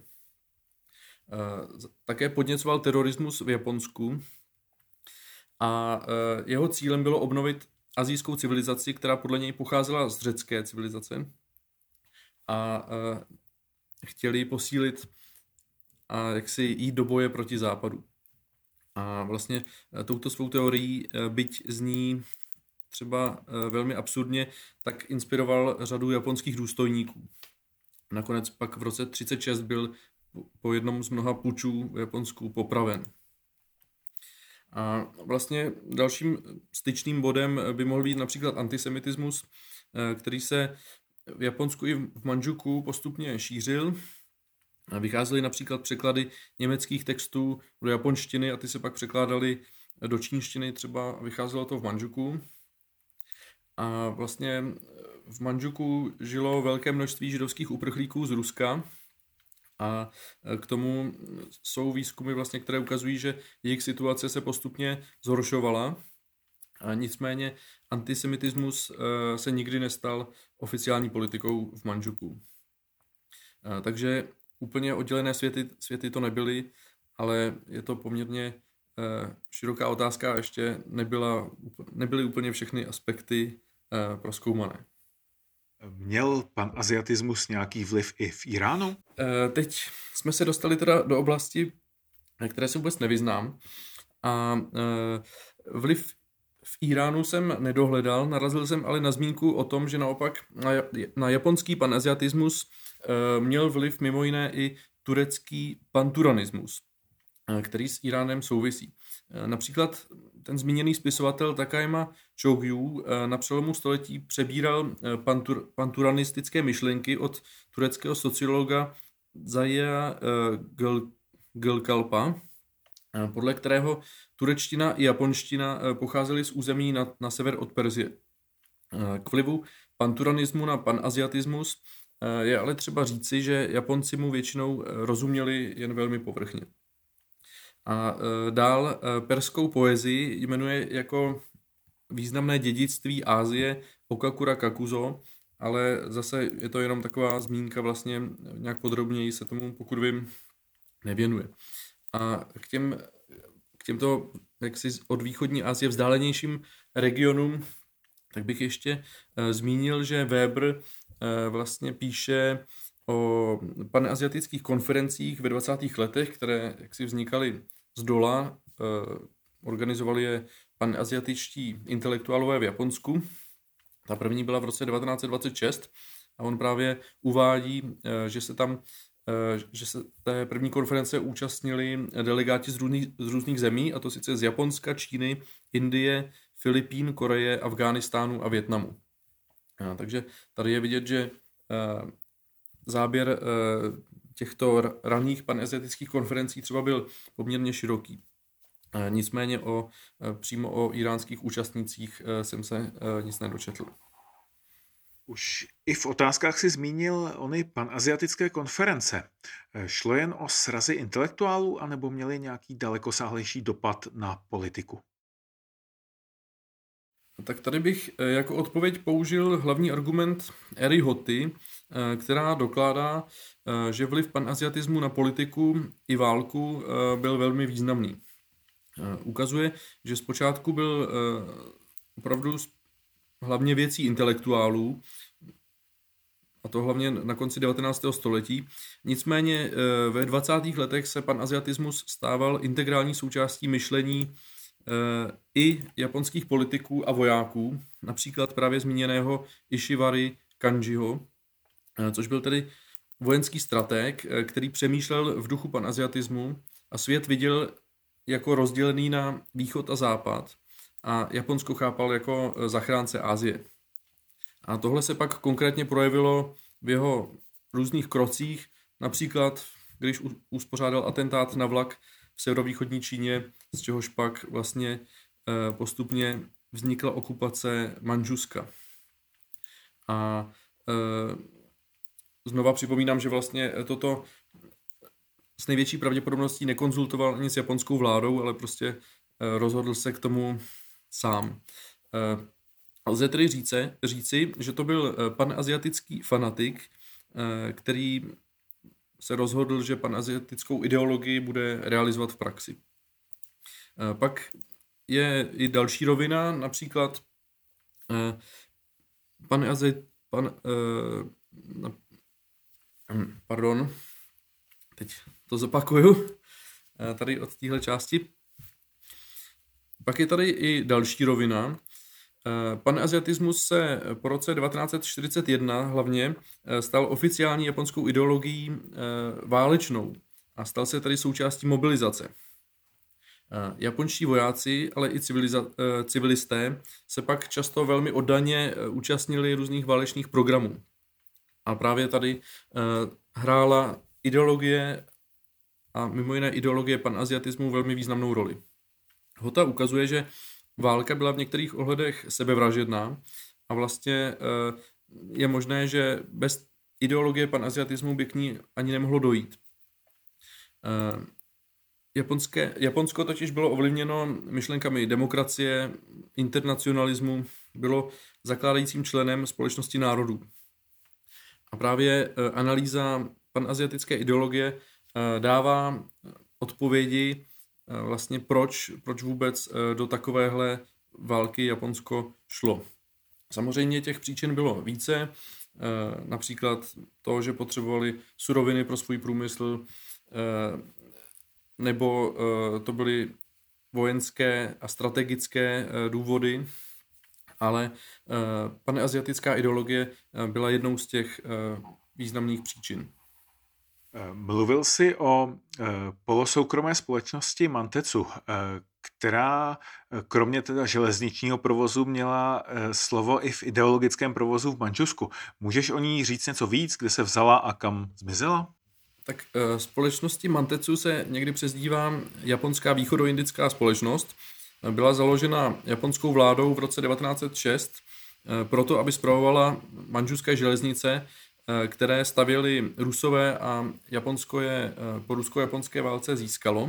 Také podněcoval terorismus v Japonsku a jeho cílem bylo obnovit asijskou civilizaci, která podle něj pocházela z řecké civilizace a chtěli posílit a jaksi jít do boje proti západu. A vlastně touto svou teorií, byť zní třeba velmi absurdně, tak inspiroval řadu japonských důstojníků. Nakonec pak v roce 1936 byl po jednom z mnoha pučů v Japonsku popraven. A vlastně dalším styčným bodem by mohl být například antisemitismus, který se v Japonsku i v Mandžuku postupně šířil. Vycházely například překlady německých textů do japonštiny a ty se pak překládaly do čínštiny, třeba vycházelo to v Mandžuku. A vlastně v Mandžuku žilo velké množství židovských uprchlíků z Ruska a k tomu jsou výzkumy, vlastně, které ukazují, že jejich situace se postupně zhoršovala. A nicméně antisemitismus se nikdy nestal oficiální politikou v Mandžuku. Takže úplně oddělené světy to nebyly, ale je to poměrně široká otázka a ještě nebyly úplně všechny aspekty prozkoumané. Měl panasiatismus nějaký vliv i v Iránu? Teď jsme se dostali teda do oblasti, které se vůbec nevyznám. A vliv v Iránu jsem nedohledal, narazil jsem ale na zmínku o tom, že naopak na japonský panasiatismus měl vliv mimo jiné i turecký panturanismus, který s Iránem souvisí. Například ten zmíněný spisovatel Takayama Chogyu na přelomu století přebíral panturanistické myšlenky od tureckého sociologa Zaya Gölkalpa, podle kterého turečtina i japonština pocházely z území na sever od Perzie. K vlivu panturanismu na panasiatismus je ale třeba říci, že Japonci mu většinou rozuměli jen velmi povrchně. A dál perskou poezii jmenuje jako významné dědictví Asie Okakura Kakuzo, ale zase je to jenom taková zmínka, vlastně nějak podrobněji se tomu, pokud vím, nevěnuje. A k těmto jaksi od východní Asie vzdálenějším regionům, tak bych ještě zmínil, že Weber vlastně píše o panasiatických konferencích ve 20. letech, které jaksi vznikaly z dola, organizovali je panasiatičtí intelektuálové v Japonsku. Ta první byla v roce 1926 a on právě uvádí, že se té první konference účastnili delegáti z různých zemí, a to sice z Japonska, Číny, Indie, Filipín, Koreje, Afghánistánu a Vietnamu. Takže tady je vidět, že záběr těchto raných panasiatických konferencí třeba byl poměrně široký. Nicméně přímo o iránských účastnících jsem se nic nedočetl. Už i v otázkách si zmínil ony panasiatické konference. Šlo jen o srazy intelektuálů, anebo měly nějaký dalekosáhlejší dopad na politiku? Tak tady bych jako odpověď použil hlavní argument Ery Hotty, která dokládá, že vliv panasiatismu na politiku i válku byl velmi významný. Ukazuje, že zpočátku byl opravdu hlavně věcí intelektuálů, a to hlavně na konci 19. století. Nicméně ve 20. letech se panasiatismus stával integrální součástí myšlení i japonských politiků a vojáků, například právě zmíněného Ishiwary Kanjiho, což byl tedy vojenský stratég, který přemýšlel v duchu panasiatismu a svět viděl jako rozdělený na východ a západ a Japonsko chápal jako zachránce Asie. A tohle se pak konkrétně projevilo v jeho různých krocích, například když uspořádal atentát na vlak v severovýchodní Číně, z čehož pak vlastně postupně vznikla okupace Mandžuska. A znova připomínám, že vlastně toto s největší pravděpodobností nekonzultoval ani s japonskou vládou, ale prostě rozhodl se k tomu sám. Lze tedy říci, že to byl panasiatický fanatik, který se rozhodl, že panasiatickou ideologii bude realizovat v praxi. Pak je i další rovina, například Pardon, teď to zopakuju, tady od téhle části. Pak je tady i další rovina. Panasiatismus se po roce 1941 hlavně stal oficiální japonskou ideologií válečnou a stal se tady součástí mobilizace. Japonští vojáci, ale i civilisté se pak často velmi oddaně účastnili různých válečných programů. A právě tady hrála ideologie a mimo jiné ideologie panasiatismu velmi významnou roli. Hota ukazuje, že válka byla v některých ohledech sebevražedná a vlastně je možné, že bez ideologie panasiatismu by k ní ani nemohlo dojít. Japonsko totiž bylo ovlivněno myšlenkami demokracie, internacionalismu, bylo zakládajícím členem společnosti národů. A právě analýza panasiatické ideologie dává odpovědi vlastně proč vůbec do takovéhle války Japonsko šlo. Samozřejmě těch příčin bylo více, například to, že potřebovali suroviny pro svůj průmysl, nebo to byly vojenské a strategické důvody, ale panasiatická ideologie byla jednou z těch významných příčin. Mluvil jsi o polosoukromé společnosti Mantetsu, která kromě teda železničního provozu měla slovo i v ideologickém provozu v Mandžusku. Můžeš o ní říct něco víc, kde se vzala a kam zmizela? Tak společnosti Mantetsu se někdy přezdívá japonská východoindická společnost. Byla založena japonskou vládou v roce 1906 proto, aby spravovala mandžuské železnice, které stavěli Rusové a Japonsko je po rusko-japonské válce získalo.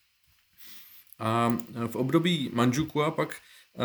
A v období Mandžukua pak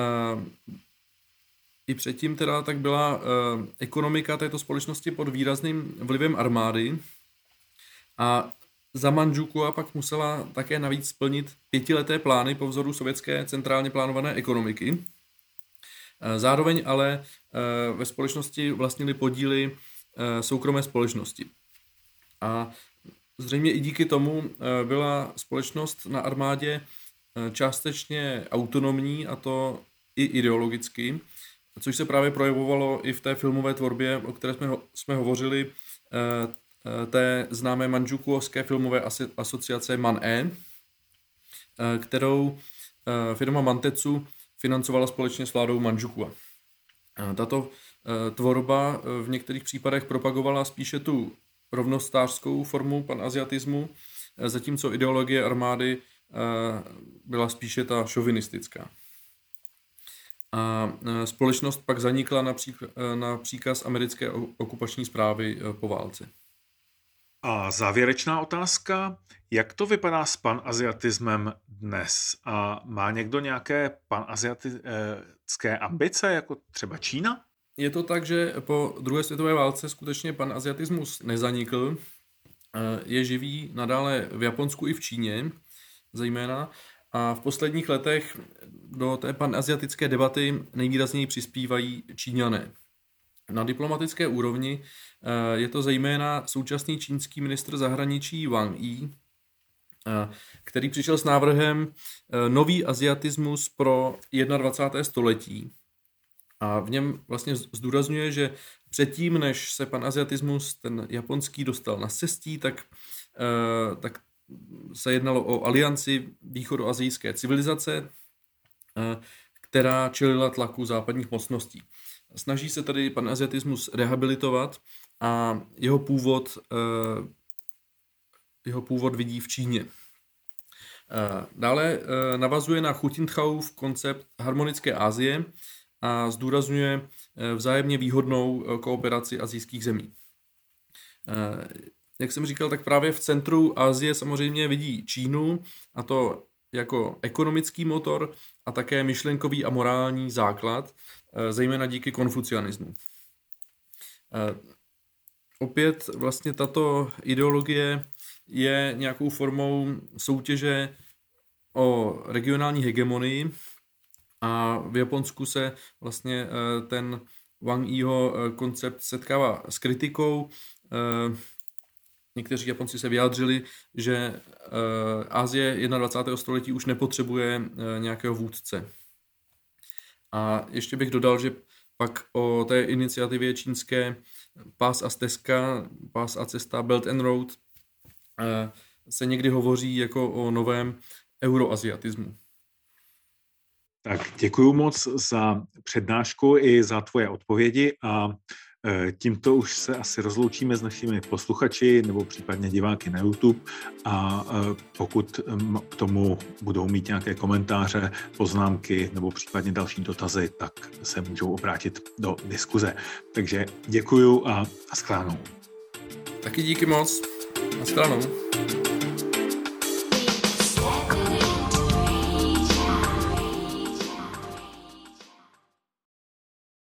i předtím teda tak byla ekonomika této společnosti pod výrazným vlivem armády a za Mandžukua pak musela také navíc splnit 5leté plány po vzoru sovětské centrálně plánované ekonomiky. Zároveň ale ve společnosti vlastnili podíly soukromé společnosti. A zřejmě i díky tomu byla společnost na armádě částečně autonomní, a to i ideologicky, což se právě projevovalo i v té filmové tvorbě, o které jsme hovořili, té známé mandžukuovské filmové asociace MAN-E, kterou firma Mantetsu financovala společně s vládou Mandžukua. Tato tvorba v některých případech propagovala spíše tu rovnostářskou formu panasiatismu, zatímco ideologie armády byla spíše ta šovinistická. A společnost pak zanikla na příkaz americké okupační správy po válce. A závěrečná otázka, jak to vypadá s panasiatismem dnes? A má někdo nějaké panasiatické ambice, jako třeba Čína? Je to tak, že po druhé světové válce skutečně panasiatismus nezanikl. Je živý nadále v Japonsku i v Číně zejména. A v posledních letech do té panasiatické debaty nejvýrazněji přispívají Číňané. Na diplomatické úrovni je to zejména současný čínský ministr zahraničí Wang Yi, který přišel s návrhem nový asiatismus pro 21. století. A v něm vlastně zdůrazňuje, že předtím, než se panasiatismus, ten japonský, dostal na cestí, tak se jednalo o alianci východoasijské civilizace, která čelila tlaku západních mocností. Snaží se tedy panasiatismus rehabilitovat a jeho původ vidí v Číně. Dále navazuje na Hu Jintaoův koncept harmonické Asie a zdůrazňuje vzájemně výhodnou kooperaci asijských zemí. Jak jsem říkal, tak právě v centru Asie samozřejmě vidí Čínu, a to jako ekonomický motor a také myšlenkový a morální základ, zejména díky konfucianismu. Opět vlastně tato ideologie je nějakou formou soutěže o regionální hegemonii A v Japonsku se vlastně ten Wang Yiho koncept setkává s kritikou. Někteří Japonci se vyjádřili, že Asie 21. století už nepotřebuje nějakého vůdce. A ještě bych dodal, že pak o té iniciativě čínské Pás a stezka, Pás a cesta, Belt and Road, se někdy hovoří jako o novém euroaziatismu. Tak děkuju moc za přednášku i za tvoje odpovědi a tímto už se asi rozloučíme s našimi posluchači nebo případně diváky na YouTube a pokud k tomu budou mít nějaké komentáře, poznámky nebo případně další dotazy, tak se můžou obrátit do diskuze. Takže děkuju a shledanou. Taky díky moc. Nashledanou.